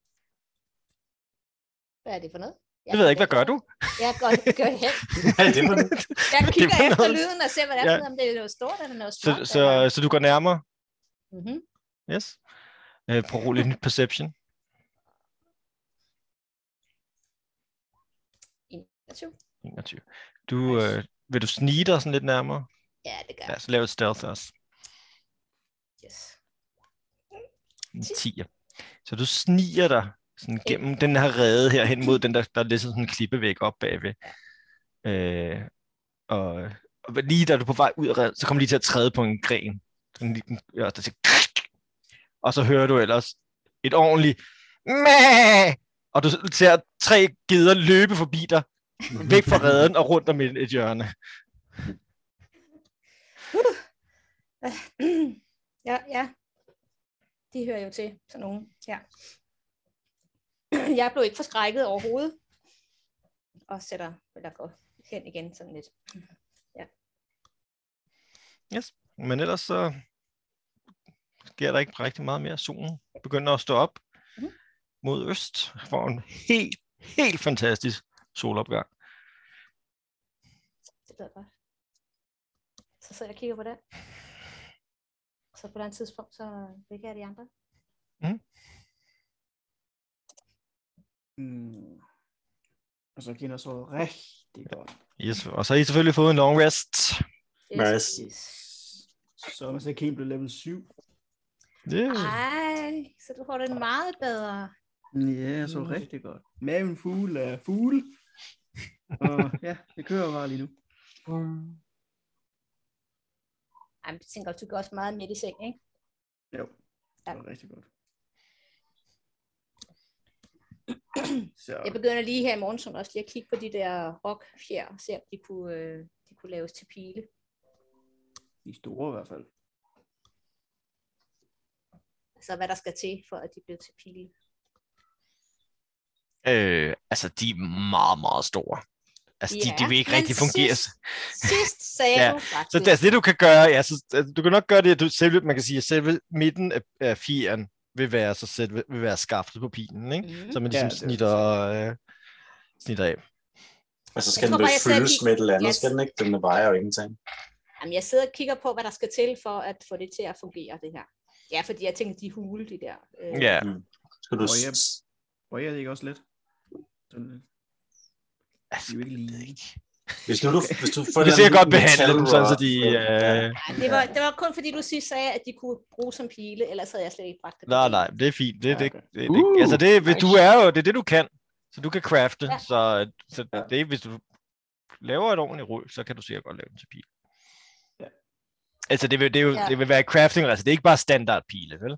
Hvad er det for noget? Jeg det ved jeg ikke, hvad gør du? Jeg går, går hen. Hvad er det for noget? Jeg kigger det efter noget... lyden og ser, hvad det er, ja. for, om det er noget stort eller noget Så, småt. så, eller... så du går nærmere? Mm-hmm. Yes. Øh, prøv at rulle et nyt perception. enogtyve. enogtyve. Du, øh, vil du snige dig sådan lidt nærmere? Ja, det gør jeg. Ja, så lav et stealth også. Yes. En tier. Så du sniger dig sådan gennem den her rede her hen mod den, der, der er lidt sådan en klippevæg op bagved. Øh, og, og lige da du er på vej ud af redden, så kommer de til at træde på en gren. Ja, der siger, og så hører du ellers et ordentligt mæh! Og du ser tre geder løbe forbi dig, væk fra redden og rundt om et hjørne. Ja, ja. De hører jo til sådan nogen her. Jeg blev ikke forskrækket overhovedet. Og sætter, eller går hen igen sådan lidt. Ja. Yes. Men ellers så sker der ikke rigtig meget mere. Solen begynder at stå op mm-hmm. mod øst for en helt, helt fantastisk solopgang. Det lyder godt. Så sidder jeg og kigger på det. Så på et tidspunkt, så vækker jeg de andre. Mm. Mm. Og så kender så rigtig godt. Yes, og så har I selvfølgelig fået en long rest. Yes. Nice. Yes. Så er Ken blevet level syv. Yeah. Ej, så du får det meget bedre. Ja, så Mm. rigtig godt. Maven fugl er fugle. Og ja, det kører bare lige nu. Ej, men jeg tænker, du går også meget midt i seng, ikke? Jo, Ja. det var rigtig godt. Så. Jeg begynder lige her i morgen også lige at kigge på de der rockfjer, og se om de kunne, øh, de kunne laves til pile. De er store i hvert fald. Altså hvad der skal til, for at de bliver til pile. Øh, altså, de er meget, meget store. Altså, Ja, de, de vil ikke men rigtig fungere. Sidst, sidst sagde Ja, du faktisk. Så det, altså, det du kan gøre, ja, så, altså, du kan nok gøre det, at du selv, man kan sige, at selve midten af, af fjeren vil være, så selv, vil være skaftet på pilen, ikke? Mm. Så man Ja, ligesom det er snitter, øh, snitter af. Altså skal Jeg den tror vel bare, jeg sidder fyldes lige- med et eller andet, Yes. skal den ikke? Den vejer jo ingenting. Jamen, jeg sidder og kigger på, hvad der skal til, for at få det til at fungere, det her. Ja, fordi jeg tænker, de er hule, de der. Øh, Ja, Skal du... Og jeg- Og jeg er det ikke også lidt? Sådan lidt. altså, De er jo ikke jeg ved lige. ikke. Hvis nu du, hvis du får Det den ser godt metal behandlet dem, sådan så rod, de... ja. Øh... Nej, det var, det var kun fordi, du sidst sagde, at de kunne bruge som pile, ellers havde jeg slet ikke bragt det. på Nej, banen. nej, det er fint. Det, Ja, det, okay. det, det, Uh, altså, det, nice. du er jo, det er det, du kan. Så du kan crafte. Ja. Så, så Ja. det, hvis du laver et ordentligt rull, så kan du sikkert godt lave den til pil. Ja. Altså, det vil, det, er jo, Ja. det vil være crafting, altså det er ikke bare standard pile, vel?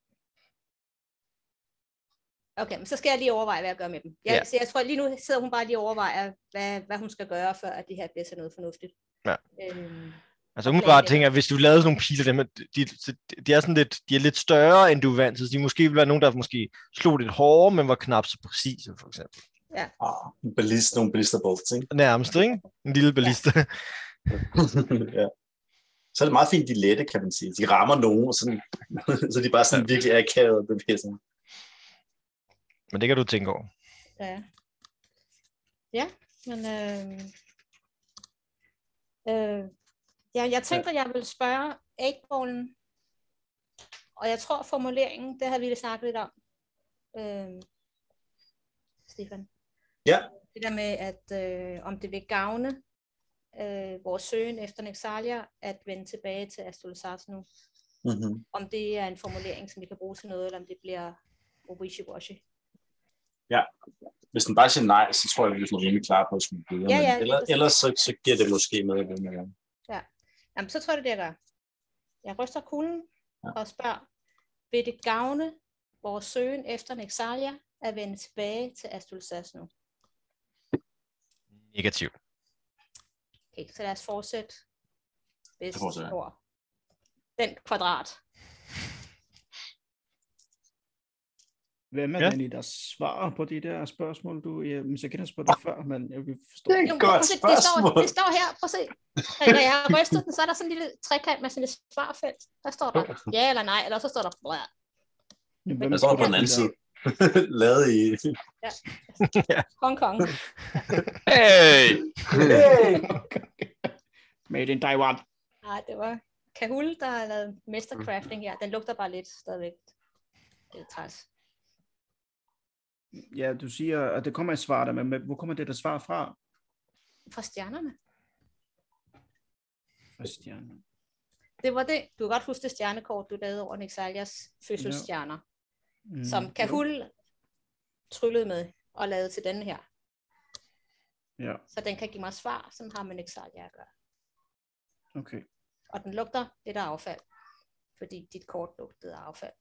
Okay, men så skal jeg lige overveje, hvad jeg gør med dem. Jeg, Ja. Så jeg tror, lige nu sidder hun bare lige og overvejer, hvad, hvad hun skal gøre, for at det her bliver til noget fornuftigt. Ja. Øhm, Altså Og umiddelbart planlægger. tænker jeg, hvis du lavede sådan nogle piler, dem, er- de, de, de, er sådan lidt, de er lidt større, end du er vant til. Så de måske vil være nogen, der måske slog lidt hårdere, men var knap så præcise, for eksempel. Ah, en ballist, nogle ballisterbolts, ikke? Nærmest, ikke? En lille balliste. Ja. Ja. Så er det meget fint, de er lette, kan man sige. De rammer nogen, og sådan, så de bare sådan virkelig akavet og bevæger sig. Men det kan du tænke over. ja. ja, men... Øh, øh, ja, jeg tænkte, at jeg ville spørge Eightballen, og jeg tror formuleringen, det har vi snakket lidt om. Øh, Stefan. Ja. Det der med, at øh, om det vil gavne øh, vores søgen efter Nexalia at vende tilbage til Astrolizat nu. Mm-hmm. Om det er en formulering, som vi kan bruge til noget, eller om det bliver wishy-washy. Ja, hvis den bare siger nej, så tror jeg, vi er sådan rimelig klar på at smide videre. Ja, ja, Men lige ellers, præcis. ellers så, så giver det måske med. Det med. Jamen, så tror jeg, det er det, jeg gør. Jeg ryster kuglen Ja. og spørger, vil det gavne vores søgen efter Nexalia at vende tilbage til Astrolizat nu? Negativ. Okay, så lad os fortsætte. Vest, fortsætter jeg. nord. Den kvadrat. Hvem er Ja. ja. den, der svarer på de der spørgsmål, du... Ja, men så kender jeg spurgt dig før, men jeg vil forstå. Det er Jo, et godt prøv at se, det, står, spørgsmål. det står her, prøv at se. Når jeg har rystet den, så er der sådan en lille trekant med sådan et svarfelt. Der står der ja eller nej, eller så står der blæh. Ja, hvem Jeg står på den anden side. Lavet i... Hong Kong. Hey! Made in Taiwan. Nej, det var Kahul, der har lavet mestercrafting her. Den lugter bare lidt stadigvæk. Det er træls. Ja, du siger, at det kommer et svar der, men hvor kommer det der svar fra? Fra stjernerne. Fra stjernen. Det var det. Du kan godt huske det stjernekort, du lavede over Nexalias fødselsstjerner. Mm, Som Kahul tryllede med og lavede til denne her. Ja. Så den kan give mig svar, som har med Nexalia at gøre. Okay. Og den lugter lidt af affald, fordi dit kort lugtede af affald.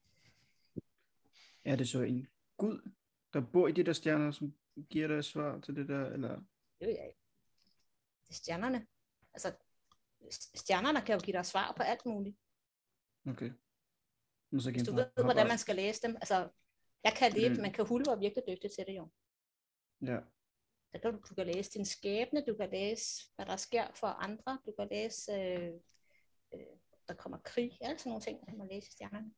Er det så en gud, der bor i de der stjerner, som giver dig svar til det der, eller? Det ved jeg ikke. Det er stjernerne. Altså, stjernerne kan jo give dig svar på alt muligt. Okay. Men så Hvis du kan ved, jeg hvordan man skal læse dem. Altså, jeg kan det, Mm. man kan hulve og virkelig dygtig til det jo. Ja. Så kan du, du kan læse din skæbne, du kan læse, hvad der sker for andre, du kan læse, øh, øh, der kommer krig, alle sådan nogle ting, kan man læse i stjernerne.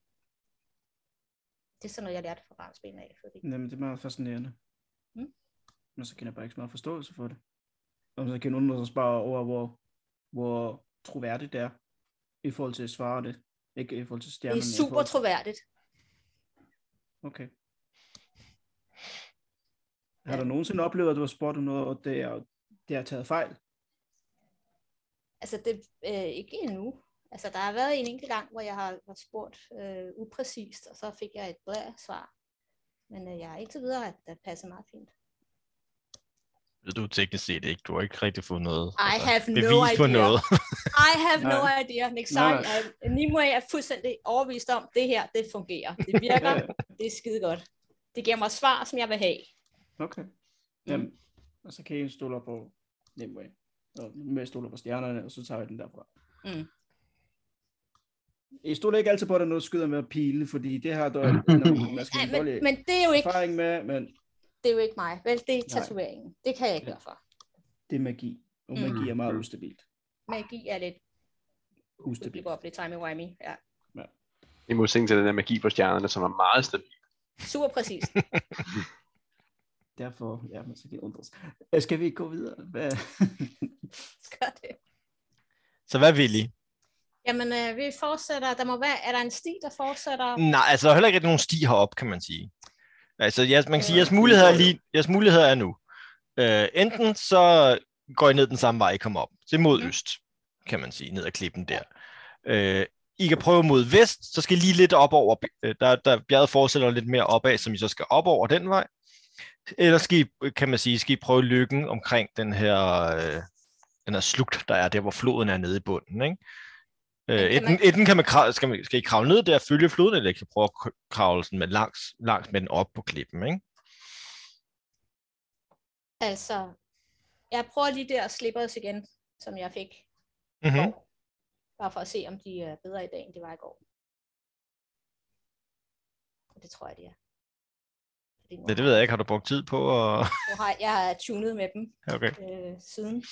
Det er sådan noget, jeg lærte fra barnsben af. Fordi... Jamen, det er meget fascinerende. Mm. Men så kan jeg bare ikke så meget forståelse for det. Og så kan undre sig bare over, hvor, hvor troværdigt det er, i forhold til at svare det. Ikke i forhold til Det stjernerne. er i super forhold til... troværdigt. Okay. Har du nogensinde oplevet, at du har spurgt noget, og det er, det er taget fejl? Altså, det øh, ikke endnu. Altså, der har været en enkelt gang, hvor jeg har, har spurgt øh, upræcist, og så fik jeg et bedre svar. Men øh, jeg har indtil videre, at det passer meget fint. Ved du teknisk set ikke? Du har ikke rigtig fået noget I altså, have bevis no idea. på noget. I have no Nej. idea. Nick Nej. Nimue er fuldstændig overbevist om, det her, det fungerer. Det virker, Ja. det er skide godt. Det giver mig svar, som jeg vil have. Okay. Jamen, og så kan I stole på Nimue. Og med stole på stjernerne, og så tager jeg den derfra. Mm. Jeg stoler ikke altid på, at der er noget skyder med at pile, fordi det har du en man skal Ja, have men, dårlig men det er jo ikke, erfaring med, men det er jo ikke mig. Vel, det er Nej. tatoveringen. Det kan jeg ikke gøre for. det er magi. Og Mm. magi er meget ustabilt. Magi er lidt Ustabilt. wobbly, timey-wimey. Ja. I modsætning til den der magi på stjernerne, som er meget stabil. Super præcis. Derfor, ja, men så kan det undres. Øh, Skal vi gå videre? Hvad? Gør det. Så hvad vil I? Jamen, øh, vi fortsætter. Der må være, er der en sti, der fortsætter? Nej, altså der er heller ikke rigtig nogen sti heroppe, kan man sige. Altså, jeres, man kan sige, Øh, jeres muligheder er lige, jeres muligheder er nu. Øh, enten så går I ned den samme vej, I kommer op. Det er mod Mhm. øst, kan man sige, ned ad klippen der. Øh, I kan prøve mod vest, så skal I lige lidt op over, øh, der, der bjerget fortsætter lidt mere opad, som I så skal op over den vej. Eller skal I, kan man sige, skal I prøve lykken omkring den her, øh, den her slugt, der er der, hvor floden er nede i bunden, ikke? Øh, kan enten, man- enten kan man, kra- skal, man, skal I kravle ned der og følge floden, eller I kan prøve at k- kravle sådan med langs, langs med den op på klippen, ikke? Altså, jeg prøver lige der slippers igen, som jeg fik i Mm-hmm. går. Bare for at se, om de er bedre i dag, end de var i går. Og det tror jeg, de er. Fordi nu Ja, det har- ved jeg ikke. Har du brugt tid på at... Nu har jeg har tunet med dem Okay, øh, siden.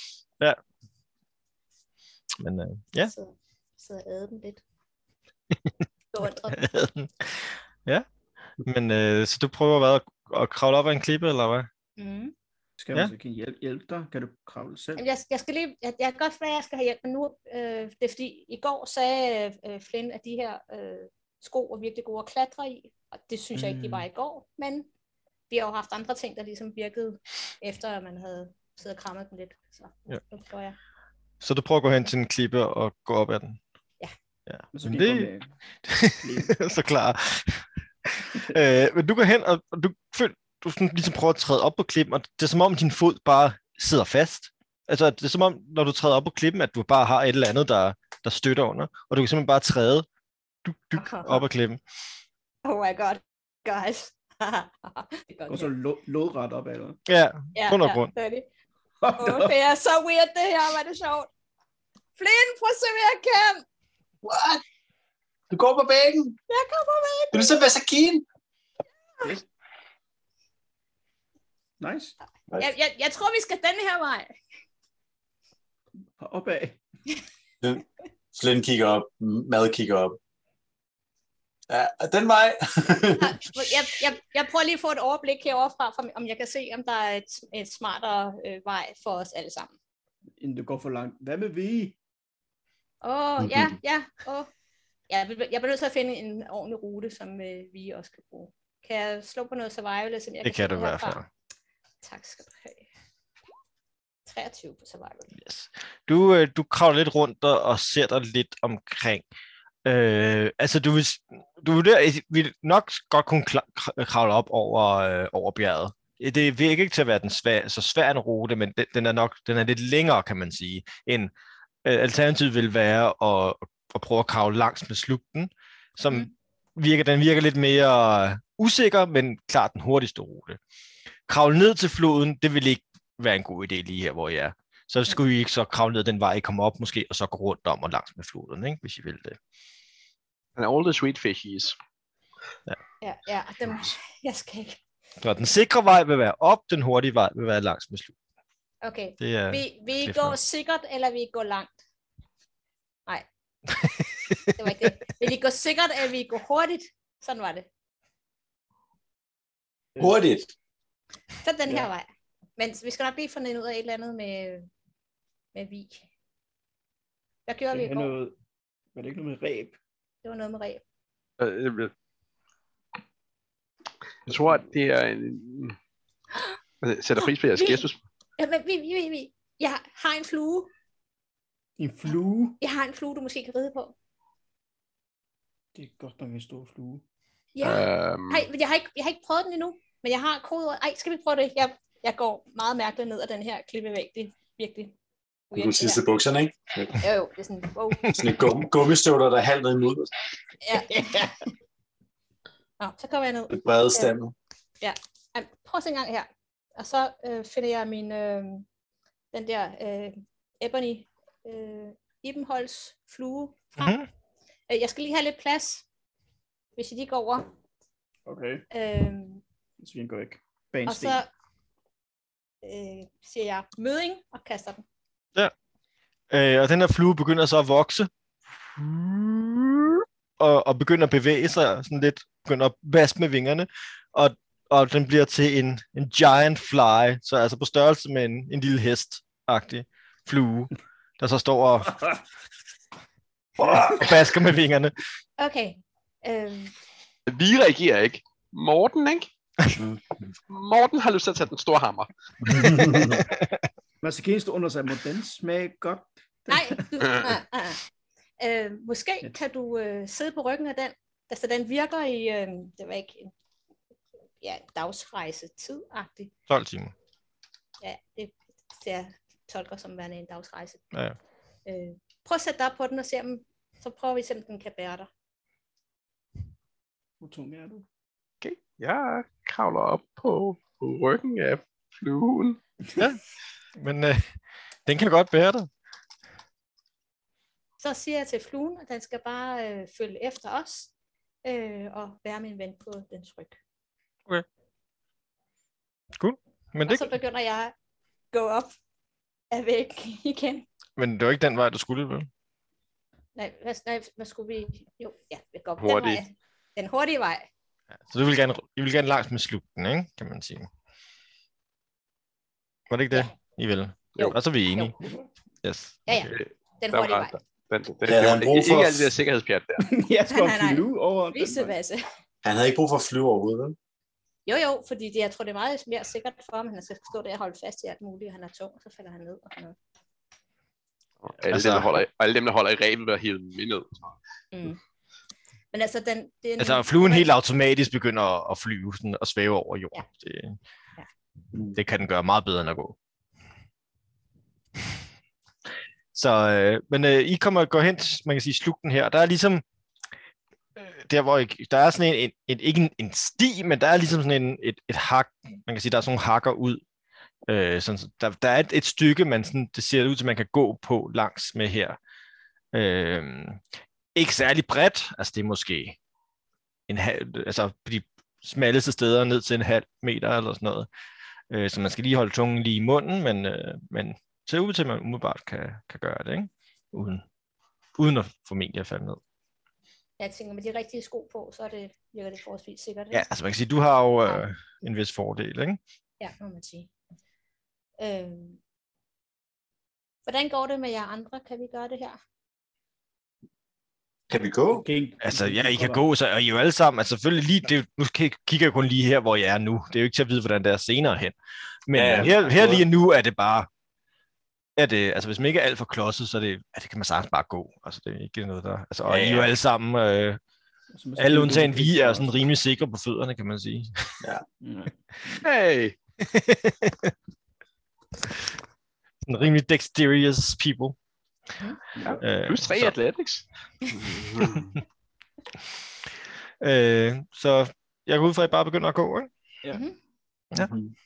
men øh, ja. Så sidder og æder dem lidt. Beundret. Ja, men øh, så du prøver hvad, at, at kravle op ad en klippe, eller hvad? Mm. Skal Ja. man så kan hjælpe, hjælpe dig? Kan du kravle selv? Jamen, jeg, jeg skal lige, jeg, jeg kan godt være, at jeg skal have hjælp, men nu, øh, det er fordi, i går sagde øh, Flynn, at de her øh, sko var virkelig gode at klatre i, og det synes mm. jeg ikke, de var i går, men vi har jo haft andre ting, der ligesom virkede, efter at man havde siddet og krammet dem lidt, så Ja. nu prøver jeg. Så du prøver at gå hen til en klippe og gå op ad den? Ja. Ja, Men så men kan det... det... med. så klar. øh, men du går hen, og, og du, føl, du sådan, ligesom prøver at træde op på klippen, og det er som om din fod bare sidder fast. Altså, det er som om, når du træder op på klippen, at du bare har et eller andet, der, der støtter under, og du kan simpelthen bare træde duk, duk, op ad klippen. Oh my god, guys. Det er godt, Og så ja. lo- lodret op ad dig. Ja, ja, grund og ja, grund. det er det. Oh, det er så weird, det her, var det sjovt. Flynn, prøv at se, hvad jeg kan. What? Du går på væggen? Jeg kommer med. Du er ligesom Vasakin. Nice. Jeg, jeg, jeg tror, vi skal den her vej. Opad. Flynn kigger op. Mad kigger op. Ja, den vej. jeg, jeg, jeg prøver lige at få et overblik herovre fra, for, om jeg kan se, om der er et, et smartere øh, vej for os alle sammen. Inden du går for langt. Hvad med vi? Åh, oh, ja, ja. Oh. Jeg, bliver- jeg bliver nødt til at finde en ordentlig rute, som øh, vi også kan bruge. Kan jeg slå på noget survival? Som jeg Det kan se du i hvert herfra? fald. Tak skal du have. treogtyve på survival. Yes. Du, øh, du kravler lidt rundt og, og ser dig lidt omkring. Øh, altså, du vil, du vil, der, vil nok godt kunne kla- kravle op over, øh, over bjerget. Det virker ikke til at være den svær, så svær en rute, men den, den er nok den er lidt længere, kan man sige, end alternativet vil være at, at prøve at kravle langs med slugten, som mm. virker, den virker lidt mere usikker, men klart den hurtigste rute. Kravle ned til floden, det vil ikke være en god idé lige her, hvor I er. Så skulle I ikke så kravle ned den vej, I kommer op måske, og så gå rundt om og langs med floden, ikke? Hvis I vil det. And all the sweet fishies. Ja, ja, ja dem, jeg skal ikke. Så den sikre vej vil være op, den hurtige vej vil være langs med slugten. Okay, det er vi, vi går sikkert, eller vi går langt? Nej, det var ikke det. Vil I gå sikkert, eller vi går hurtigt? Sådan var det. Hurtigt. Så den her ja. vej. Men vi skal nok lige finde ud af et eller andet med, med Vig. Hvad gjorde det vi i går? Noget, var det ikke noget med ræb? Det var noget med ræb. Uh, jeg tror, at det er en... Jeg sætter pris på jeres gestus. Ja, men vi, vi, vi. Jeg har en flue. En flue? Jeg har en flue, du måske kan ride på. Det er godt nok en stor flue. Ja. Um... Hej, jeg, har ikke, jeg har ikke prøvet den endnu, men jeg har kodeord. Ej, skal vi prøve det? Jeg, jeg går meget mærkeligt ned ad den her klippevæg. Det er virkelig... Du sidste bukserne, ikke? Jo, jo, det er sådan... Wow. Sådan en gum, gummistøvler, der er halvt imod. Ja. Nå, så kommer jeg ned. Det brede stemme. Ja. Prøv at se en gang her. Og så øh, finder jeg min... Øh, den der øh, Ebony øh, Ibenholz flue frem. Mm-hmm. Øh, jeg skal lige have lidt plads, hvis I lige går over. Okay. Øh, så vi går ikke. Og så øh, siger jeg møding og kaster den. Ja. Øh, og den her flue begynder så at vokse. Og, og begynder at bevæge sig sådan lidt. Begynder at vaske med vingerne. Og, og den bliver til en, en giant fly. Så altså på størrelse med en, en lille hest-agtig flue. Der så står og, og basker med vingerne. Okay. Øh... Vi reagerer ikke. Morten, ikke? Morten har lyst til at tage den store hammer. Masakine står under sig, må den smage godt? Nej, du, uh, uh. Uh, måske kan du uh, sidde på ryggen af den. Altså den virker i, uh, det var ikke en ja, dagsrejse-tid-agtigt. tolv timer. Ja, det, det jeg tolker som værende en dagsrejse. Ja, ja. Uh, prøv at sætte dig op på den og se om, så prøver vi se om den kan bære dig. Hvor tung er du? Okay, jeg kravler op på, på ryggen af fluen. Ja, men øh, den kan godt bære dig. Så siger jeg til fluen, at den skal bare øh, følge efter os, øh, og bære min ven på dens ryg. Okay. Cool. Men og det... så begynder jeg at gå op af væk igen. Men det var ikke den vej, du skulle, vel? Nej, hvad, nej, hvad skulle vi... Jo, ja, vi går op Hurtig. den vej. Den hurtige vej. Ja, så du vil gerne, I vil gerne langs med slugten, ikke? Kan man sige. Var det ikke det, ja. I vil? Jo. Og så er vi enige. Jo. Yes. Ja, ja. Den hurtige vej. Den, den, den, ja, det var ikke, ikke alt det der sikkerhedspjat der. Jeg skal nej, nej, flyve over. Visevasse. Han havde ikke brug for at flyve overhovedet, vel? Jo, jo, fordi det, jeg tror, det er meget mere sikkert for ham, han skal stå der og holde fast i alt muligt, han er tung, og så falder han ned og sådan noget. Alle, altså, dem, der holder, alle dem, der holder i rebet, bliver hivet med ned. Mm. Men altså, den, den, altså fluen helt automatisk begynder at flyve sådan, og svæve over jorden. Ja. Det, ja. det kan den gøre meget bedre end at gå. Så, øh, men øh, I kommer at gå hen til, man kan sige, slugten her. Der er ligesom, øh, der hvor I, der er sådan en, en, en ikke en, en sti, men der er ligesom sådan en, et, et hak, man kan sige, der er sådan nogle hakker ud. Øh, sådan, der, der er et, et stykke, man sådan, det ser ud til, man kan gå på langs med her. Øh, ikke særlig bredt, altså det er måske en halv, altså på de smalleste steder ned til en halv meter eller sådan noget. Øh, så man skal lige holde tungen lige i munden, men, øh, men ser ud til, at man umiddelbart kan, kan gøre det, ikke? Uden, uden at formentlig at falde ned. Jeg tænker, med de rigtige sko på, så er det, virker det forholdsvis sikkert. Ikke? Ja, altså man kan sige, du har jo øh, en vis fordel, ikke? Ja, må man sige. Øh, hvordan går det med jer andre? Kan vi gøre det her? Kan vi gå? Okay. Altså, ja, I kan gå, så er I jo alle sammen, altså selvfølgelig lige, det, nu kigger jeg kun lige her, hvor jeg er nu. Det er jo ikke til at vide, hvordan det er senere hen. Men ja, ja, her, her lige nu er det bare, er det, altså hvis man ikke er alt for klodset, så er det, ja, det kan man sagtens bare gå. Altså det er ikke noget, der, altså, og ja, ja. I er jo alle sammen, øh, alle undtagen vi er sådan rimelig sikre på fødderne, kan man sige. Ja. Hey! Sådan rimelig dexterous people. Ja, plus tre athletics. øh, så jeg går ud fra, at I bare begynder at gå, ikke? Ja. Ja.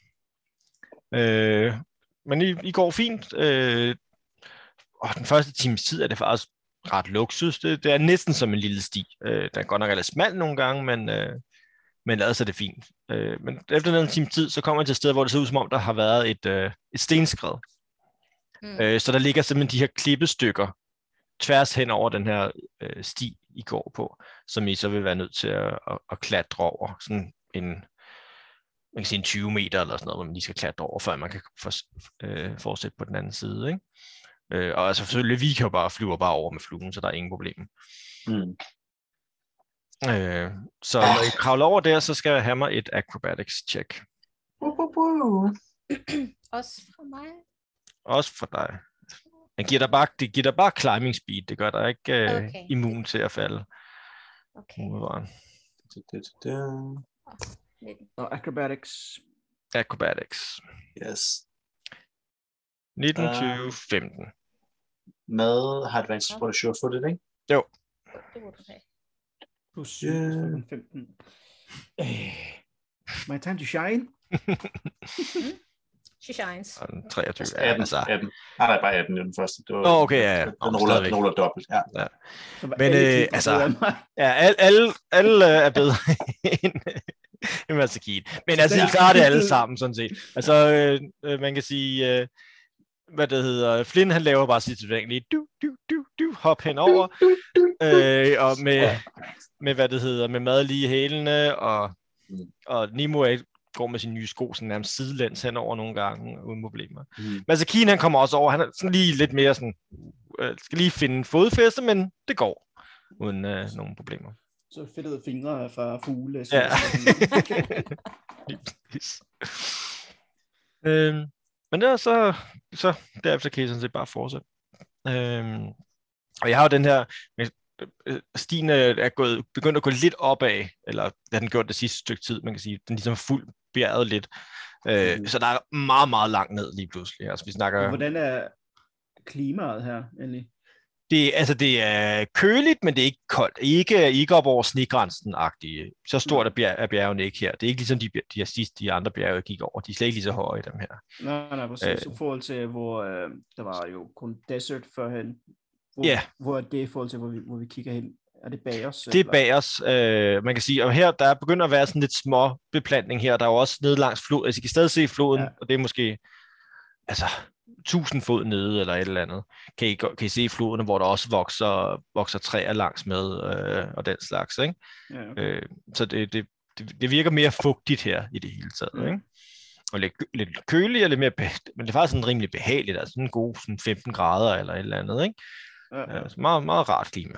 Øh, men I, I går fint. Øh, og den første times tid er det faktisk ret luksus. Det, det er næsten som en lille sti. Øh, den er godt nok lidt smal nogle gange, men, øh, men ellers er det fint. Øh, men efter den times tid, så kommer man til et sted, hvor det ser ud som om, der har været et, øh, et stenskred. Mm. Øh, så der ligger simpelthen de her klippestykker tværs hen over den her øh, sti, I går på, som I så vil være nødt til at, at, at klatre over. Sådan en, man kan sige en tyve meter eller sådan noget, hvor man lige skal klatre over, før man kan for, øh, fortsætte på den anden side, ikke? Øh, og altså selvfølgelig, vi kan jo bare flyve bare over med fluen, så der er ingen problem. Mm. Øh, så når I kravler over der, så skal jeg have mig et acrobatics check. Også for mig. Også for dig. Det giver dig bare, det giver dig bare climbing speed. Det gør dig ikke øh, okay. immun til at falde. Okay. Og acrobatics. Acrobatics. Yes. nitten, tyve, femten. Med har advantage på det sure footed, ikke? Jo. Det må du have. Plus syv, yeah. femten. My time to shine. She shines. treogtyve. Altså atten. Altså. atten. Nej, nej, bare atten i den første. Det var, oh, okay, ja. Den ruller, den ruller dobbelt, ja. ja. Men øh, altså, ja, alle, alle, alle er bedre end, end Masakine. Men altså, I klarer det alle sammen, sådan set. Altså, øh, man kan sige, øh, hvad det hedder, Flynn, han laver bare sit sædvanlige du, du, du, du, hop henover, øh, og med, med, hvad det hedder, med mad lige i hælene, og, og Nemo går med sine nye sko sådan nærmest sidelæns henover nogle gange, uden problemer. Mm. Masakine, han kommer også over, han er sådan lige lidt mere sådan, øh, skal lige finde fodfæste, men det går, uden øh, nogen problemer. Så fedtede fingre fra fugle. Ja. øhm, men der så, så derefter kan I sådan set bare fortsætte. Øhm, og jeg har jo den her, stien er gået, begyndt at gå lidt opad, eller det har den gjort det sidste stykke tid, man kan sige, den ligesom fuldt bjerget lidt. Øh, mm. Så der er meget, meget langt ned lige pludselig. Altså, vi snakker... Hvordan er klimaet her endelig? Det, altså, det er køligt, men det er ikke koldt. Ikke, ikke op over snegrænsen-agtige. Så stort er, bjerg, er bjergene ikke her. Det er ikke ligesom de, de, sidste, de andre bjerge, jeg gik over. De er slet ikke lige så høje, dem her. Nej, nej, præcis. Øh, I forhold til, hvor øh, der var jo kun desert førhen. Hvor, yeah. hvor er det i forhold til, hvor vi, hvor vi kigger hen? Er det bag os? Det er bag os, øh, man kan sige. Og her, der er begyndt at være sådan lidt små beplantning her. Der er jo også nede langs floden. Altså, I kan stadig se floden, ja. Og det er måske altså tusind fod nede eller et eller andet. Kan I, kan I se floderne, hvor der også vokser, vokser træer langs med øh, og den slags, ikke? Ja, okay. øh, så det, det, det, det virker mere fugtigt her i det hele taget, ja. Ikke? Og lidt, lidt køligt og lidt mere behageligt, men det er faktisk sådan rimelig behageligt, altså en god sådan femten grader eller et eller andet, ikke? Ja, ja. Altså meget, meget rart klima.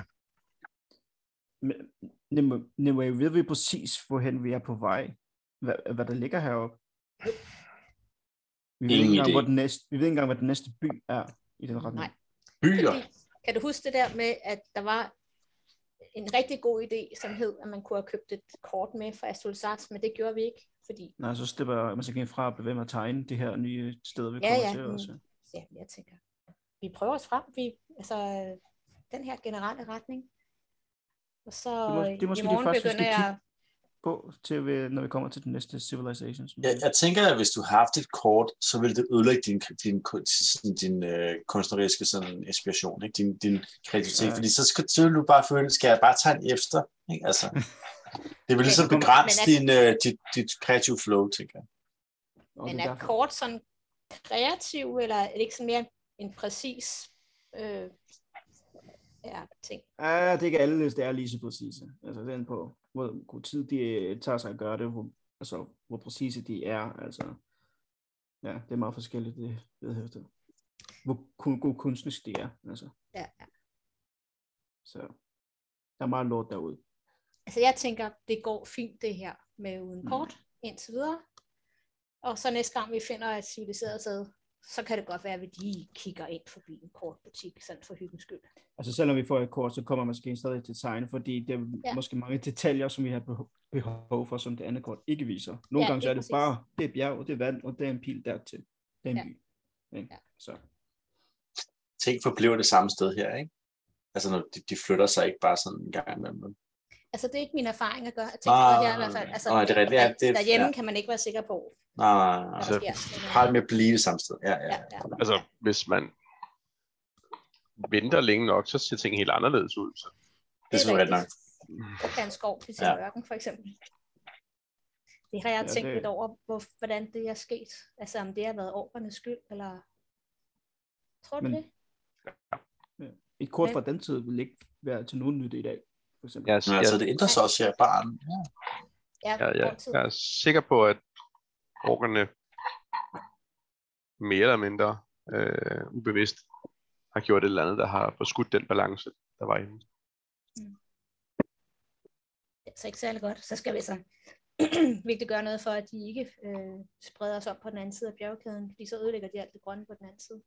Nimue, ved vi præcis, hvorhen vi er på vej? Hvad, hvad der ligger heroppe? Vi ved, ikke engang, hvor den næste, vi ved ikke engang, hvad den næste by er i den retning. Nej. Byer? Fordi, kan du huske det der med, at der var en rigtig god idé, som hed, at man kunne have købt et kort med fra Astrolsarts, men det gjorde vi ikke, fordi... Nej, så slipper man sig igen fra at blive ved med at tegne de her nye steder, vi ja, kommer ja, til også. Ja, jeg tænker, vi prøver os frem, vi, altså den her generelle retning, og så det, må, det er måske i morgen det første, begynder jeg... på, til, når vi kommer til den næste civilization. Jeg, jeg tænker, at hvis du har haft et kort, så vil det ødelægge din, din, din, din uh, kunstneriske sådan, inspiration, ikke? Din, din kreativitet, ja. Fordi så, skal, så vil du bare føle, skal jeg bare tegne efter, ikke? Altså, det vil ligesom begrænse er, din, uh, dit, dit kreative flow, tænker jeg. Men er kort sådan kreativ, eller er det ikke sådan mere en præcis øh, ja, ting? Ja, det er ikke alle, det er lige så præcise. Altså den på, hvor god tid de tager sig at gøre det, hvor, altså hvor præcise de er, altså ja, det er meget forskelligt, det ved jeg det. Hvor god kunstnerisk de er, altså. Ja, ja. Så der er meget lort derude. Altså jeg tænker, det går fint det her med uden kort, mm. indtil videre. Og så næste gang vi finder et civiliseret sted, så kan det godt være, at vi lige kigger ind forbi en kortbutik, sådan for hyggens skyld. Altså selvom vi får et kort, så kommer man måske stadig til tegn, fordi det er ja. måske mange detaljer, som vi har behov for, som det andet kort ikke viser. Nogle ja, gange så er det præcis. Bare, det er bjerg, det er vand, og det er en pil dertil. Det er en ja. by. Ja. Ja. Så. ting forbliver det samme sted her, ikke? Altså, når de, de flytter sig ikke bare sådan en gang imellem. Altså, det er ikke min erfaring at gøre. Jeg tænker ah, her i hvert fald. Altså, nej, det er rigtigt. Ja, det, derhjemme ja. kan man ikke være sikker på. Nej, nej, nej. Altså, har det med at blive det samme sted. Ja, ja. Ja, ja. Altså, hvis man venter længe nok, så ser ting helt anderledes ud. Så. Det er selvfølgelig nok. Det kan en skov til sin ja. ørken, for eksempel. Det har jeg ja, tænkt det... lidt over, hvor, hvordan det er sket. Altså, om det har været orkernes skyld, eller... Tror du Men... det? Ja. Et kort fra den tid vil ikke være til nogen nyt i dag, for eksempel. Ja, så, altså, det ændrer sig også her barn. Ja. Ja, ja, ja. Jeg er sikker på, at orkerne mere eller mindre øh, ubevidst har gjort et eller andet, der har forskudt den balance, der var inde. Mm. Det er så ikke særlig godt. Så skal vi så virkelig gøre noget for, at de ikke øh, spreder os op på den anden side af bjergkæden, fordi så ødelægger de alt det grønne på den anden side.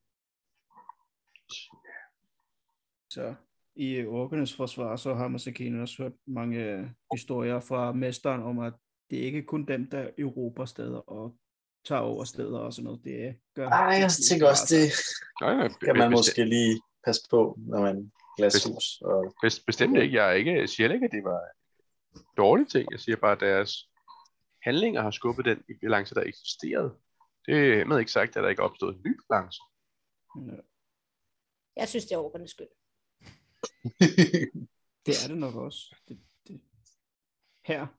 Så i orkernes forsvar, så har Masakine også hørt mange historier fra mesteren om, at det ikke kun dem, der erobrer steder og tager over steder og sådan noget. Det gør... Ej, jeg tænker også, det kan man måske lige passe på, når man glashus. Og... Bestemt ikke. Jeg, ikke. jeg siger ikke, at det var en dårlig ting. Jeg siger bare, at deres handlinger har skubbet den balance, der eksisterede. Det er hermed ikke sagt, at der ikke er opstået en ny balance. Ja. Jeg synes, det er orkernes skyld. Det er det nok også. Det, det. Her.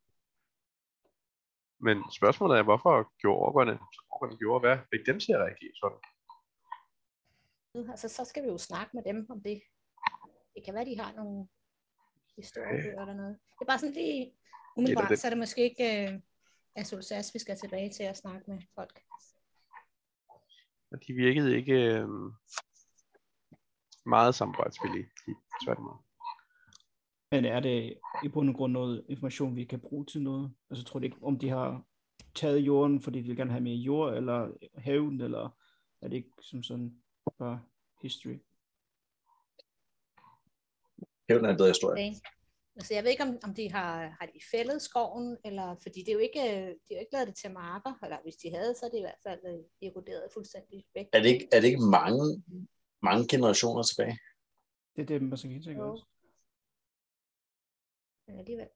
Men spørgsmålet er, hvorfor gjorde orkerne, orkerne gjorde, hvad fik dem til at reagere sådan? Altså, så skal vi jo snakke med dem om det. Det kan være, de har nogle historiebøger eller noget. Det er bare sådan lige umiddelbart, det. Så er det måske ikke uh, Azul-Sas, vi skal tilbage til at snakke med folk. De virkede ikke øh, meget samarbejdsvillige, tværtimod. Men er det i bund og grund noget information, vi kan bruge til noget? Altså, tror du ikke, om de har taget jorden, fordi de vil gerne have mere jord, eller haven, eller er det ikke som sådan bare history? Haven er en bedre historie. Okay. Altså, jeg ved ikke, om, om de har, har de fældet skoven, eller, fordi det er jo ikke, de har jo ikke lavet det til marker, eller hvis de havde, så er det i hvert fald eroderet fuldstændig væk. Er det ikke, er det ikke mange, mange generationer tilbage? Det er det, man så kan tænke også. Men alligevel.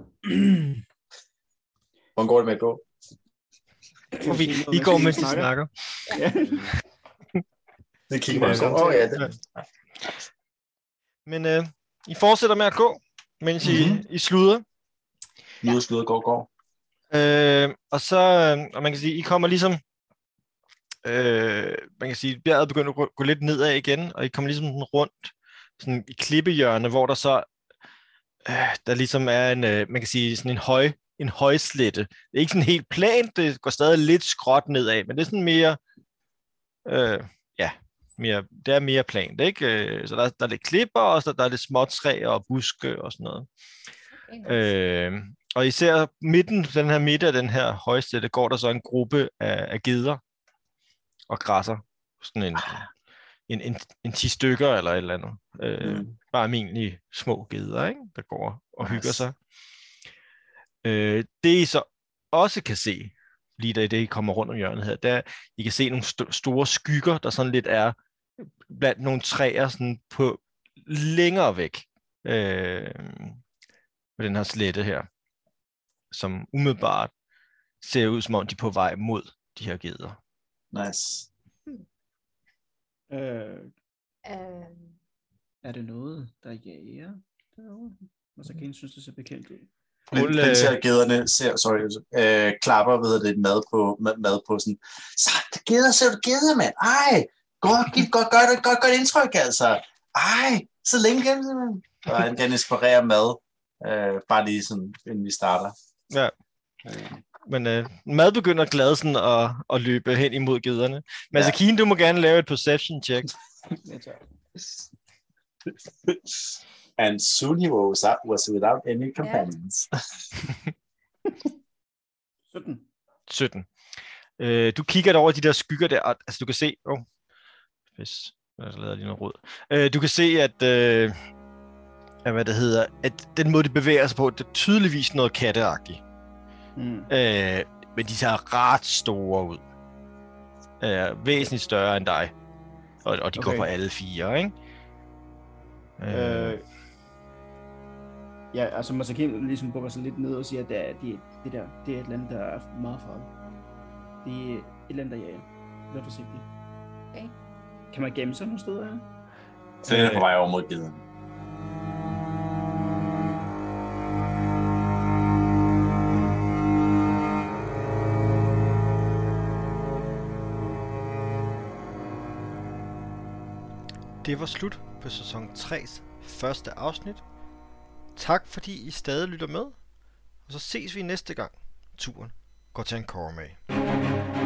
Hvordan går det med at gå? Vi, vi går, mens vi snakker. Ja. Det kigger man så. Åh, ja, det. Men øh, I fortsætter med at gå, mens I, mm-hmm. I sluder. Nu er sluder, går, går. Øh, og så, og man kan sige, I kommer ligesom, øh, man kan sige, bjerget begynder at gå, gå lidt nedad igen, og I kommer ligesom rundt sådan i klippehjørne, hvor der så, øh, der ligesom er en, øh, man kan sige, sådan en høj, en højslette. Det er ikke sådan helt plant, det går stadig lidt skråt nedad, men det er sådan mere, øh, ja, mere, det er mere plant, ikke? Så der, der er lidt klipper, og så der er lidt småtræer og buske og sådan noget. Okay, øh, og især midten, den her midte af den her højslette, går der så en gruppe af, af geder og græsser. Sådan en, en, en, en ti stykker eller et eller andet. Øh, mm. Bare almindelige små geder, ikke? Der går og nice. Hygger sig. Øh, det I så også kan se, lige da I kommer rundt om hjørnet her, der I kan se nogle st- store skygger, der sådan lidt er blandt nogle træer sådan på længere væk øh, med den her slette her, som umiddelbart ser ud som om de er på vej mod de her geder. Nice. Hmm. Øh, uh, er det noget, der jager derovre? Og så kan I synes, det ser bekendt ud. Men den ser gederne, ser, sorry, øh, klapper ved det mad på, mad, mad på sådan, så geder, ser du geder, mand? Ej, godt, godt, godt, godt, godt, godt indtryk, altså. Ej, så længe igen, simpelthen. Og han kan inspirere mad, øh, bare lige sådan, inden vi starter. Ja, øh. men øh, mad begynder glad sådan at, at løbe hen imod gederne. Men altså, Kine, du må gerne lave et perception check. And soon he was, up, was without any companions. sytten. sytten. Øh, du kigger over de der skygger der, altså du kan se, oh, hvis jeg lader lige noget råd. Øh, du kan se, at, øh, at, hvad det hedder, at den måde, de bevæger sig på, det er tydeligvis noget katteagtigt. Mm. Øh, men de ser ret store ud. Øh, væsentligt større end dig. Og, og de okay. går på alle fire, ikke? Øh, ja, altså Masakine ligesom bukker sig lidt ned og siger, at det, er, det, det der, det er et land, der er meget farligt. Det er et land, der jager. Vær forsigtig. Okay. Kan man gemme sig nogle steder her? Så den er på vej over mod geden. Det var slut på sæson tre's første afsnit. Tak fordi I stadig lytter med. Og så ses vi næste gang turen går til Angkor med.